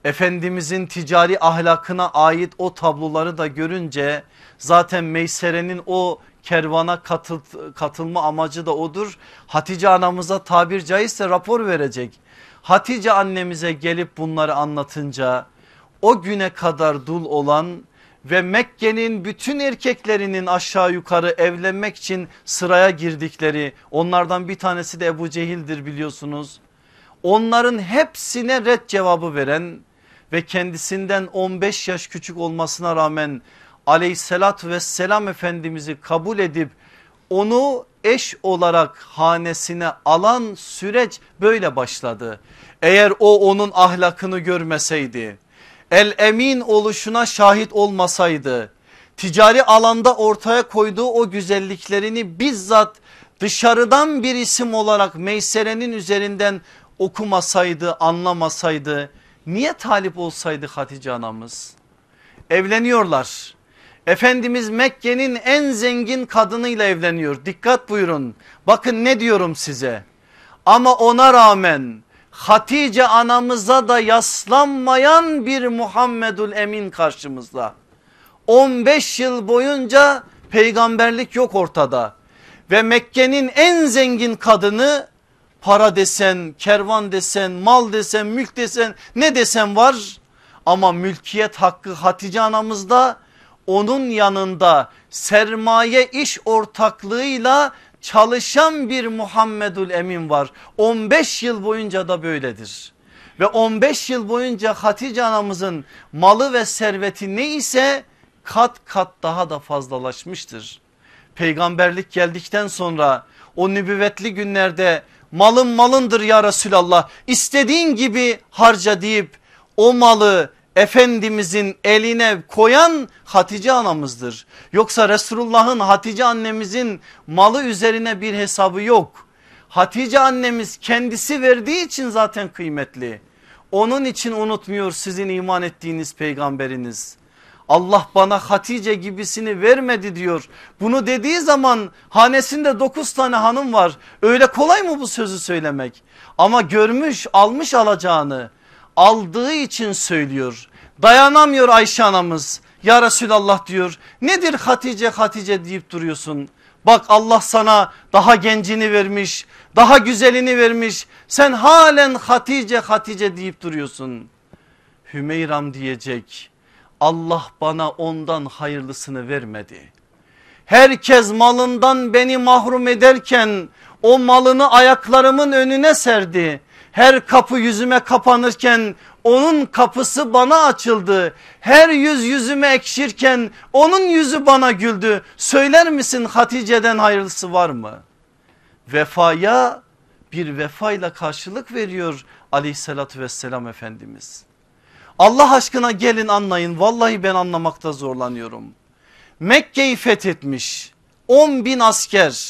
Efendimizin ticari ahlakına ait o tabloları da görünce zaten Meysere'nin o kervana katılma amacı da odur. Hatice anamıza tabir caizse rapor verecek. Hatice annemize gelip bunları anlatınca o güne kadar dul olan ve Mekke'nin bütün erkeklerinin aşağı yukarı evlenmek için sıraya girdikleri, onlardan bir tanesi de Ebu Cehil'dir biliyorsunuz. Onların hepsine red cevabı veren ve kendisinden 15 yaş küçük olmasına rağmen aleyhissalatü vesselam Efendimiz'i kabul edip onu eş olarak hanesine alan süreç böyle başladı. Eğer o onun ahlakını görmeseydi, el emin oluşuna şahit olmasaydı, ticari alanda ortaya koyduğu o güzelliklerini bizzat dışarıdan bir isim olarak Meysere'nin üzerinden okumasaydı, anlamasaydı, niye talip olsaydı Hatice anamız? Evleniyorlar. Efendimiz Mekke'nin en zengin kadınıyla evleniyor. Dikkat buyurun. Bakın ne diyorum size. Ama ona rağmen Hatice anamıza da yaslanmayan bir Muhammedül Emin karşımızda. 15 yıl boyunca peygamberlik yok ortada. Ve Mekke'nin en zengin kadını, para desen, kervan desen, mal desen, mülk desen, ne desen var. Ama mülkiyet hakkı Hatice anamızda, onun yanında sermaye iş ortaklığıyla çalışan bir Muhammedül Emin var. 15 yıl boyunca da böyledir. Ve 15 yıl boyunca Hatice anamızın malı ve serveti ne ise kat kat daha da fazlalaşmıştır. Peygamberlik geldikten sonra o nübüvvetli günlerde malın malındır ya Resulallah, istediğin gibi harca deyip o malı Efendimizin eline koyan Hatice anamızdır. Yoksa Resulullah'ın Hatice annemizin malı üzerine bir hesabı yok. Hatice annemiz kendisi verdiği için zaten kıymetli. Onun için unutmuyor sizin iman ettiğiniz peygamberiniz. Allah bana Hatice gibisini vermedi diyor. Bunu dediği zaman hanesinde 9 tane hanım var. Öyle kolay mı bu sözü söylemek? Ama görmüş, almış alacağını, aldığı için söylüyor. Dayanamıyor Ayşe anamız. Ya Resulallah diyor, nedir Hatice Hatice deyip duruyorsun? Bak Allah sana daha gencini vermiş, daha güzelini vermiş. Sen halen Hatice Hatice deyip duruyorsun. Hümeyram diyecek, Allah bana ondan hayırlısını vermedi. Herkes malından beni mahrum ederken o malını ayaklarımın önüne serdi. Her kapı yüzüme kapanırken onun kapısı bana açıldı. Her yüz yüzüme ekşirken onun yüzü bana güldü. Söyler misin Hatice'den hayırlısı var mı? Vefaya bir vefayla karşılık veriyor aleyhissalatü vesselam Efendimiz. Allah aşkına gelin anlayın, vallahi ben anlamakta zorlanıyorum. Mekke'yi fethetmiş 10.000 asker,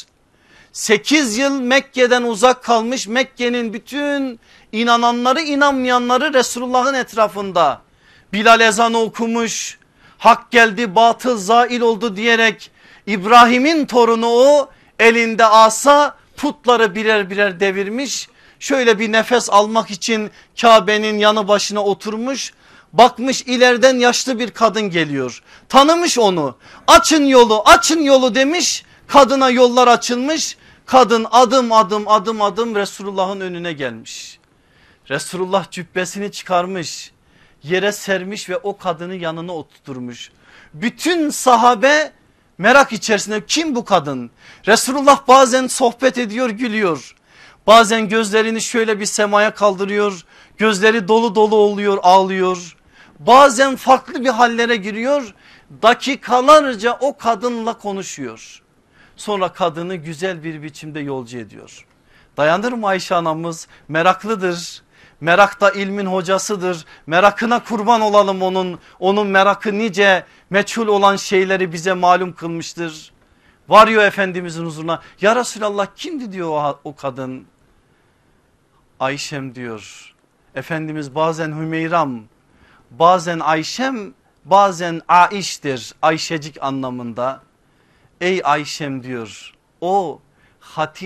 8 yıl Mekke'den uzak kalmış, Mekke'nin bütün inananları inanmayanları Resulullah'ın etrafında. Bilal ezanı okumuş, hak geldi batıl zail oldu diyerek İbrahim'in torunu o, elinde asa putları birer birer devirmiş. Şöyle bir nefes almak için Kabe'nin yanı başına oturmuş. Bakmış ileriden yaşlı bir kadın geliyor. Tanımış onu. Açın yolu, açın yolu demiş. Kadına yollar açılmış. Kadın adım adım Resulullah'ın önüne gelmiş. Resulullah cübbesini çıkarmış, yere sermiş ve o kadını yanına oturtmuş. Bütün sahabe merak içerisinde, kim bu kadın? Resulullah bazen sohbet ediyor, gülüyor. Bazen gözlerini şöyle bir semaya kaldırıyor. Gözleri dolu dolu oluyor, ağlıyor. Bazen farklı bir hallere giriyor. Dakikalarca o kadınla konuşuyor. Sonra kadını güzel bir biçimde yolcu ediyor. Dayanır mı Ayşe anamız? Meraklıdır. Merak da ilmin hocasıdır. Merakına kurban olalım onun. Onun merakı nice meçhul olan şeyleri bize malum kılmıştır. Varıyor Efendimizin huzuruna. Ya Resulallah kimdi diyor o kadın. Ayşem diyor. Efendimiz bazen Hümeyram, bazen Ayşem, bazen Aiş'tir, Ayşecik anlamında. Ey Ayşem diyor, o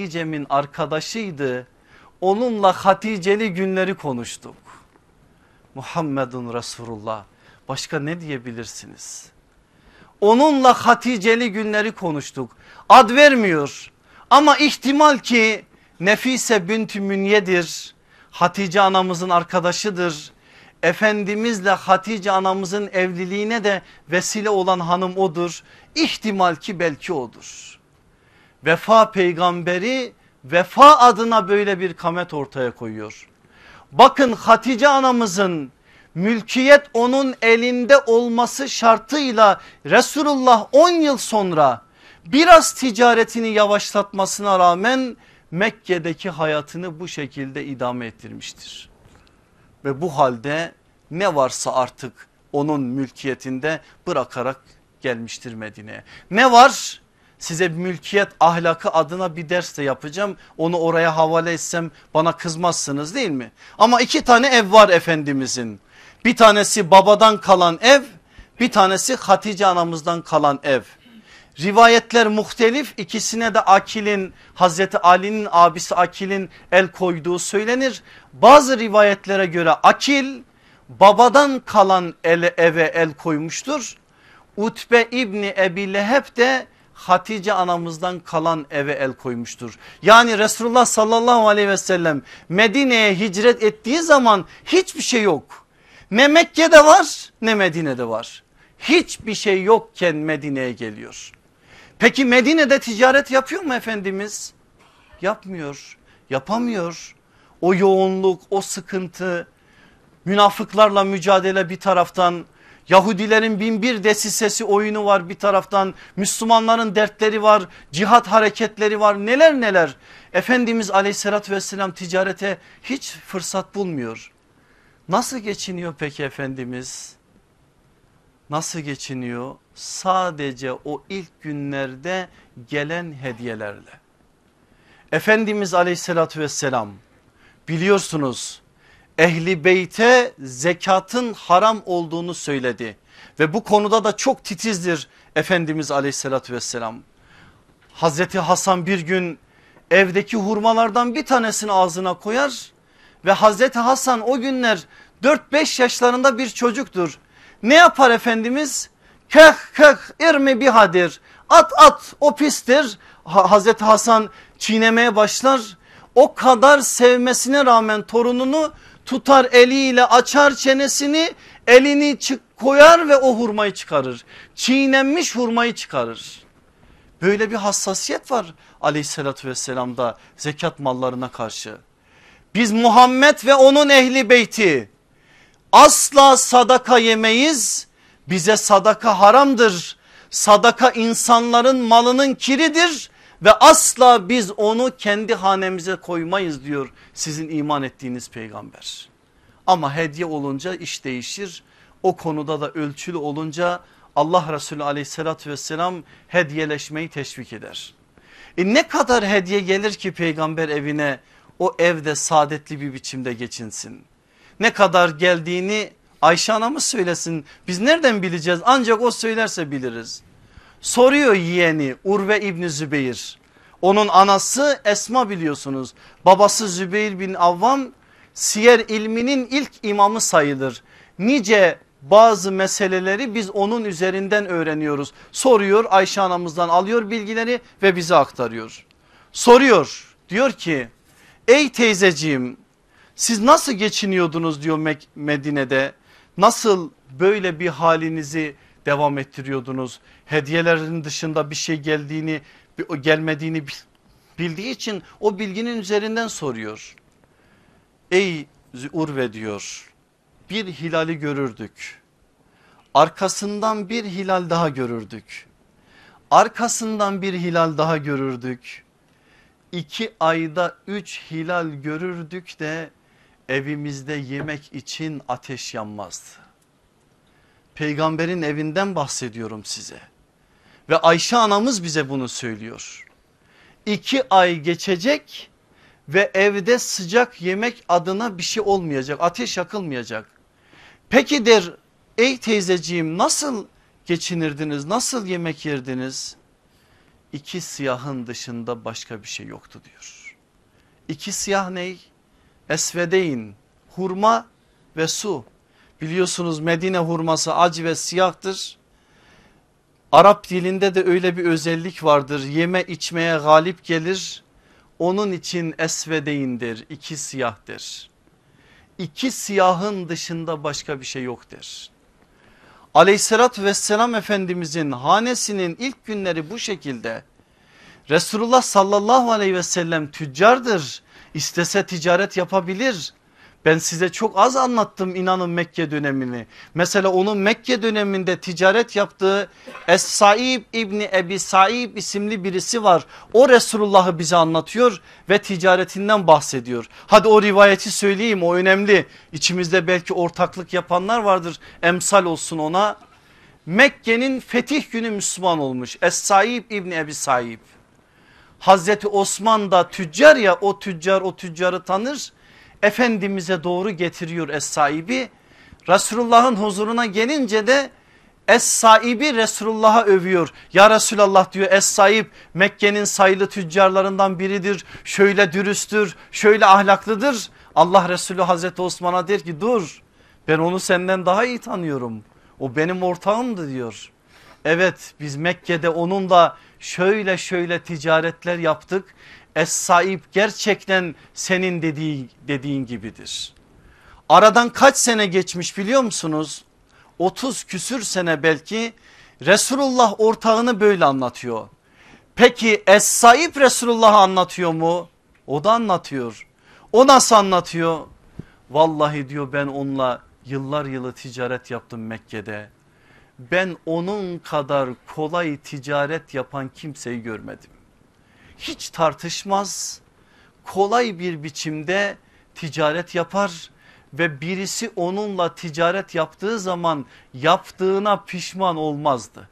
Hatice'min arkadaşıydı. Onunla Haticeli günleri konuştuk. Muhammedun Resulullah. Başka ne diyebilirsiniz? Onunla Haticeli günleri konuştuk. Ad vermiyor ama ihtimal ki Nefise Bint Münye'dir. Hatice anamızın arkadaşıdır. Efendimizle Hatice anamızın evliliğine de vesile olan hanım odur. İhtimal ki belki odur. Vefa peygamberi vefa adına böyle bir kamet ortaya koyuyor. Bakın Hatice anamızın mülkiyet onun elinde olması şartıyla Resulullah 10 yıl sonra biraz ticaretini yavaşlatmasına rağmen Mekke'deki hayatını bu şekilde idame ettirmiştir. Ve bu halde ne varsa artık onun mülkiyetinde bırakarak gelmiştir Medine'ye. Ne var? Size mülkiyet ahlakı adına bir ders de yapacağım. Onu oraya havale etsem bana kızmazsınız değil mi? Ama 2 tane ev var Efendimizin. Bir tanesi babadan kalan ev, bir tanesi Hatice anamızdan kalan ev. Rivayetler muhtelif, ikisine de Akil'in, Hazreti Ali'nin abisi Akil'in el koyduğu söylenir. Bazı rivayetlere göre Akil babadan kalan eve el koymuştur. Utbe İbni Ebi Leheb de Hatice anamızdan kalan eve el koymuştur. Yani Resulullah sallallahu aleyhi ve sellem Medine'ye hicret ettiği zaman hiçbir şey yok. Ne Mekke'de var ne Medine'de var. Hiçbir şey yokken Medine'ye geliyor. Peki Medine'de ticaret yapıyor mu Efendimiz? Yapmıyor, yapamıyor. O yoğunluk, o sıkıntı, münafıklarla mücadele bir taraftan, Yahudilerin bin bir desisesi oyunu var bir taraftan, Müslümanların dertleri var, cihat hareketleri var, neler neler. Efendimiz aleyhissalatü vesselam ticarete hiç fırsat bulmuyor. Nasıl geçiniyor peki Efendimiz? Nasıl geçiniyor? Sadece o ilk günlerde gelen hediyelerle. Efendimiz aleyhissalatü vesselam biliyorsunuz ehli beyte zekatın haram olduğunu söyledi. Ve bu konuda da çok titizdir Efendimiz aleyhissalatü vesselam. Hazreti Hasan bir gün evdeki hurmalardan bir tanesini ağzına koyar ve Hazreti Hasan o günler 4-5 yaşlarında bir çocuktur. Ne yapar Efendimiz? Keh keh irmi bihadir, at o pistir. Hazreti Hasan çiğnemeye başlar. O kadar sevmesine rağmen torununu tutar, eliyle açar çenesini, elini koyar ve o hurmayı çıkarır. Çiğnenmiş hurmayı çıkarır. Böyle bir hassasiyet var aleyhissalatü vesselamda zekat mallarına karşı. Biz Muhammed ve onun ehli beyti asla sadaka yemeyiz. Bize sadaka haramdır. Sadaka insanların malının kiridir ve asla biz onu kendi hanemize koymayız diyor sizin iman ettiğiniz peygamber. Ama hediye olunca iş değişir. O konuda da ölçülü olunca Allah Resulü aleyhissalatü vesselam hediyeleşmeyi teşvik eder. Ne kadar hediye gelir ki peygamber evine, o evde saadetli bir biçimde geçinsin. Ne kadar geldiğini Ayşe anamız söylesin, biz nereden bileceğiz, ancak o söylerse biliriz. Soruyor yeğeni Urve İbni Zübeyir, onun anası Esma biliyorsunuz, babası Zübeyir bin Avvam siyer ilminin ilk imamı sayılır. Nice bazı meseleleri biz onun üzerinden öğreniyoruz. Soruyor, Ayşe anamızdan alıyor bilgileri ve bize aktarıyor. Soruyor, diyor ki ey teyzeciğim, siz nasıl geçiniyordunuz diyor Medine'de, nasıl böyle bir halinizi devam ettiriyordunuz? Hediyelerin dışında bir şey gelmediğini bildiği için o bilginin üzerinden soruyor. Ey Urve diyor, bir hilali görürdük, arkasından bir hilal daha görürdük, arkasından bir hilal daha görürdük, 2 ayda 3 hilal görürdük de evimizde yemek için ateş yanmazdı. Peygamberin evinden bahsediyorum size ve Ayşe anamız bize bunu söylüyor. 2 ay geçecek ve evde sıcak yemek adına bir şey olmayacak, ateş yakılmayacak. Peki der, ey teyzeciğim nasıl geçinirdiniz, nasıl yemek yerdiniz? 2 siyahın dışında başka bir şey yoktu diyor. 2 siyah ney? Esvedeyn, hurma ve su. Biliyorsunuz Medine hurması acı ve siyahtır. Arap dilinde de öyle bir özellik vardır. Yeme içmeye galip gelir. Onun için esvedeyindir, iki siyahtır. İki siyahın dışında başka bir şey yoktur. Aleyhissalatü vesselam Efendimizin hanesinin ilk günleri bu şekilde. Resulullah sallallahu aleyhi ve sellem tüccardır. İstese ticaret yapabilir. Ben size çok az anlattım inanın Mekke dönemini. Mesela onun Mekke döneminde ticaret yaptığı Es-Saib İbni Ebi Saib isimli birisi var. O Resulullah'ı bize anlatıyor ve ticaretinden bahsediyor. Hadi o rivayeti söyleyeyim, o önemli. İçimizde belki ortaklık yapanlar vardır, emsal olsun ona. Mekke'nin fetih günü Müslüman olmuş Es-Saib İbni Ebi Saib. Hazreti Osman da tüccar ya, o tüccar o tüccarı tanır. Efendimiz'e doğru getiriyor Es-Saib'i. Resulullah'ın huzuruna gelince de Es-Saib'i Resulullah'a övüyor. Ya Resulallah diyor, Es-Saib Mekke'nin sayılı tüccarlarından biridir. Şöyle dürüsttür, şöyle ahlaklıdır. Allah Resulü Hazreti Osman'a der ki dur, ben onu senden daha iyi tanıyorum. O benim ortağımdı diyor. Evet, biz Mekke'de onunla şöyle ticaretler yaptık. Es-Saib gerçekten senin dediğin gibidir. Aradan kaç sene geçmiş biliyor musunuz? 30 küsür sene belki. Resulullah ortağını böyle anlatıyor. Peki Es-Saib Resulullah'ı anlatıyor mu? O da anlatıyor. O nasıl anlatıyor? Vallahi diyor, ben onunla yıllar yılı ticaret yaptım Mekke'de. Ben onun kadar kolay ticaret yapan kimseyi görmedim. Hiç tartışmaz, kolay bir biçimde ticaret yapar ve birisi onunla ticaret yaptığı zaman yaptığına pişman olmazdı.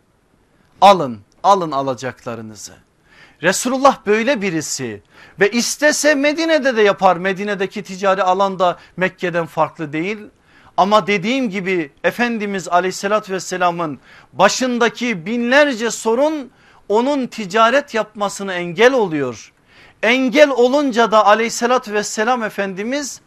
Alın alacaklarınızı. Resulullah böyle birisi ve istese Medine'de de yapar. Medine'deki ticari alanda Mekke'den farklı değil. Ama dediğim gibi Efendimiz aleyhissalatü vesselamın başındaki binlerce sorun onun ticaret yapmasına engel oluyor. Engel olunca da aleyhissalatü vesselam Efendimiz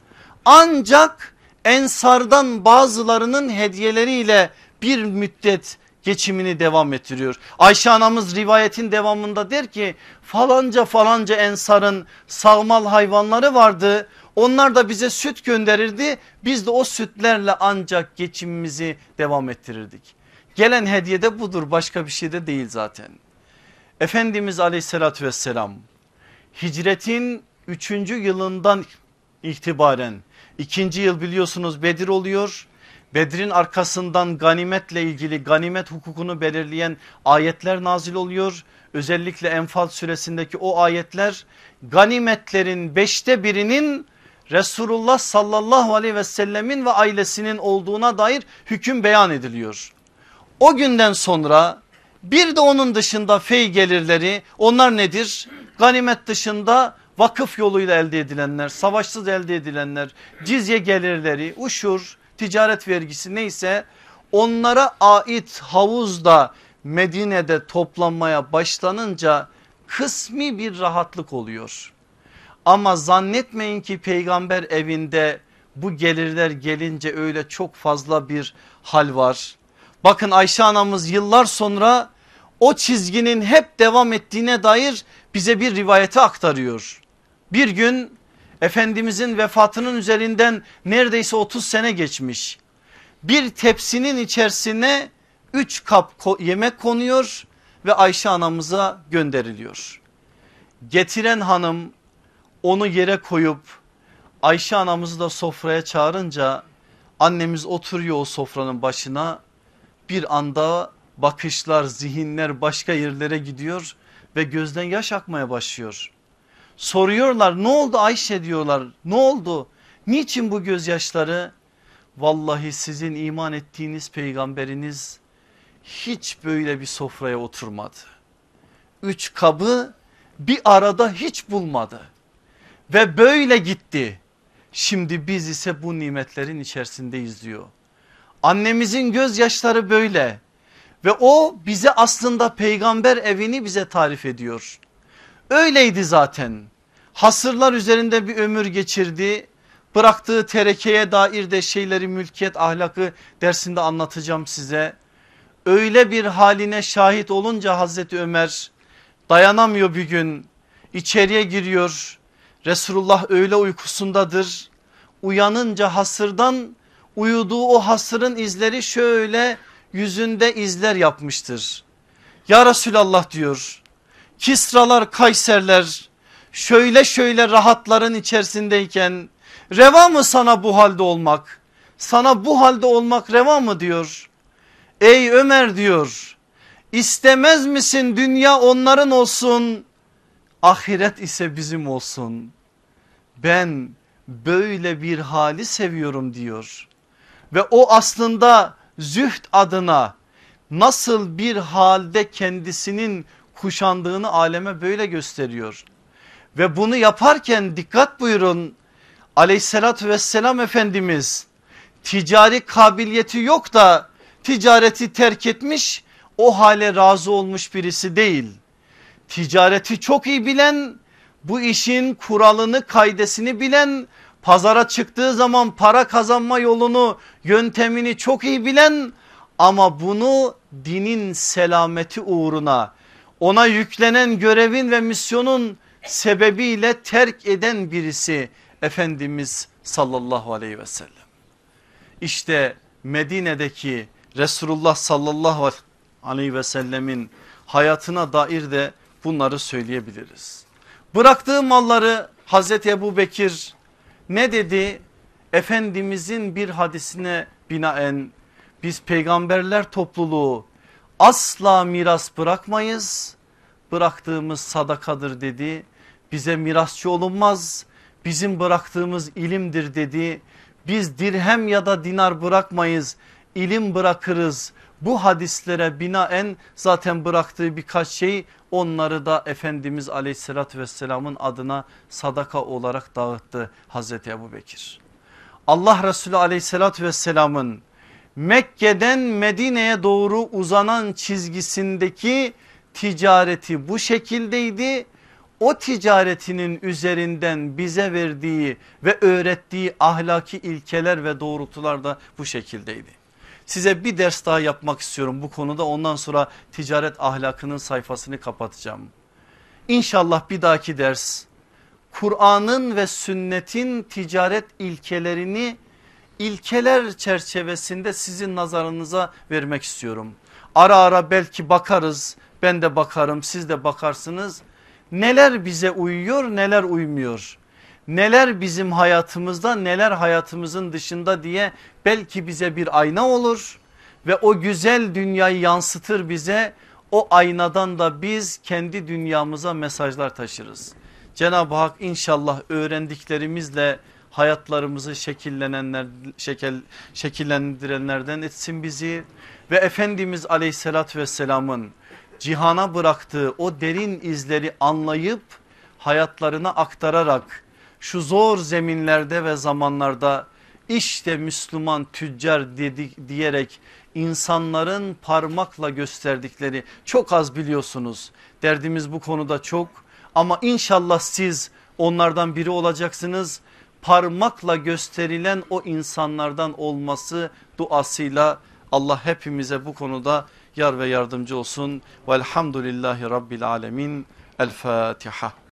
ancak ensardan bazılarının hediyeleriyle bir müddet geçimini devam ettiriyor. Ayşe anamız rivayetin devamında der ki falanca ensarın sağmal hayvanları vardı. Onlar da bize süt gönderirdi. Biz de o sütlerle ancak geçimimizi devam ettirirdik. Gelen hediye de budur, başka bir şey de değil zaten. Efendimiz aleyhissalatü vesselam hicretin 3. yılından itibaren, 2. yıl biliyorsunuz Bedir oluyor. Bedir'in arkasından ganimetle ilgili, ganimet hukukunu belirleyen ayetler nazil oluyor. Özellikle Enfal suresindeki o ayetler ganimetlerin 5'te birinin Resulullah sallallahu aleyhi ve sellemin ve ailesinin olduğuna dair hüküm beyan ediliyor. O günden sonra bir de onun dışında fey gelirleri, onlar nedir? Ganimet dışında vakıf yoluyla elde edilenler, savaşsız elde edilenler, cizye gelirleri, uşur, ticaret vergisi neyse onlara ait havuz da Medine'de toplanmaya başlanınca kısmi bir rahatlık oluyor. Ama zannetmeyin ki peygamber evinde bu gelirler gelince öyle çok fazla bir hal var. Bakın Ayşe anamız yıllar sonra o çizginin hep devam ettiğine dair bize bir rivayeti aktarıyor. Bir gün Efendimizin vefatının üzerinden neredeyse 30 sene geçmiş. Bir tepsinin içerisine 3 kap yemek konuyor ve Ayşe anamıza gönderiliyor. Getiren hanım onu yere koyup Ayşe anamızı da sofraya çağırınca annemiz oturuyor o sofranın başına. Bir anda bakışlar, zihinler başka yerlere gidiyor ve gözden yaş akmaya başlıyor. Soruyorlar, ne oldu Ayşe diyorlar, ne oldu? Niçin bu gözyaşları? Vallahi sizin iman ettiğiniz peygamberiniz hiç böyle bir sofraya oturmadı. 3 kabı bir arada hiç bulmadı ve böyle gitti. Şimdi biz ise bu nimetlerin içerisindeyiz diyor. Annemizin gözyaşları böyle ve o bize aslında peygamber evini bize tarif ediyor. Öyleydi zaten. Hasırlar üzerinde bir ömür geçirdi. bıraktığı terekeye dair de şeyleri, mülkiyet ahlakı dersinde anlatacağım size. Öyle bir haline şahit olunca Hazreti Ömer dayanamıyor, bir gün içeriye giriyor. Resulullah öğle uykusundadır. Uyanınca hasırdan, uyuduğu o hasırın izleri şöyle yüzünde izler yapmıştır. Ya Resulallah diyor, Kisralar, Kayserler şöyle şöyle rahatların içerisindeyken reva mı sana bu halde olmak? Sana bu halde olmak reva mı diyor. Ey Ömer diyor, istemez misin dünya onların olsun, ahiret ise bizim olsun. Ben böyle bir hali seviyorum diyor. Ve o aslında zühd adına nasıl bir halde kendisinin kuşandığını aleme böyle gösteriyor. Ve bunu yaparken dikkat buyurun, aleyhissalatü vesselam Efendimiz ticari kabiliyeti yok da ticareti terk etmiş, o hale razı olmuş birisi değil. Ticareti çok iyi bilen, bu işin kuralını, kaidesini bilen, pazara çıktığı zaman para kazanma yolunu, yöntemini çok iyi bilen ama bunu dinin selameti uğruna, ona yüklenen görevin ve misyonun sebebiyle terk eden birisi Efendimiz sallallahu aleyhi ve sellem. İşte Medine'deki Resulullah sallallahu aleyhi ve sellemin hayatına dair de bunları söyleyebiliriz. Bıraktığı malları Hazreti Ebu Bekir ne dedi? Efendimizin bir hadisine binaen biz peygamberler topluluğu asla miras bırakmayız. Bıraktığımız sadakadır dedi. Bize mirasçı olunmaz. Bizim bıraktığımız ilimdir dedi. Biz dirhem ya da dinar bırakmayız, ilim bırakırız. Bu hadislere binaen zaten bıraktığı birkaç şey, onları da Efendimiz aleyhissalatü vesselamın adına sadaka olarak dağıttı Hazreti Ebu Bekir. Allah Resulü aleyhissalatü vesselamın Mekke'den Medine'ye doğru uzanan çizgisindeki ticareti bu şekildeydi. O ticaretinin üzerinden bize verdiği ve öğrettiği ahlaki ilkeler ve doğrultular da bu şekildeydi. Size bir ders daha yapmak istiyorum bu konuda, ondan sonra ticaret ahlakının sayfasını kapatacağım. İnşallah bir dahaki ders Kur'an'ın ve sünnetin ticaret ilkelerini ilkeler çerçevesinde sizin nazarınıza vermek istiyorum. Ara ara belki bakarız, ben de bakarım, siz de bakarsınız. Neler bize uyuyor, neler uymuyor, neler bizim hayatımızda, neler hayatımızın dışında diye belki bize bir ayna olur ve o güzel dünyayı yansıtır bize. O aynadan da biz kendi dünyamıza mesajlar taşırız. Cenab-ı Hak inşallah öğrendiklerimizle hayatlarımızı şekillendirenlerden etsin bizi ve Efendimiz aleyhissalatü vesselamın cihana bıraktığı o derin izleri anlayıp hayatlarına aktararak şu zor zeminlerde ve zamanlarda işte Müslüman tüccar diyerek insanların parmakla gösterdikleri çok az, biliyorsunuz. Derdimiz bu konuda çok ama inşallah siz onlardan biri olacaksınız. Parmakla gösterilen o insanlardan olması duasıyla Allah hepimize bu konuda yar ve yardımcı olsun. Velhamdülillahi Rabbil alemin. El Fatiha.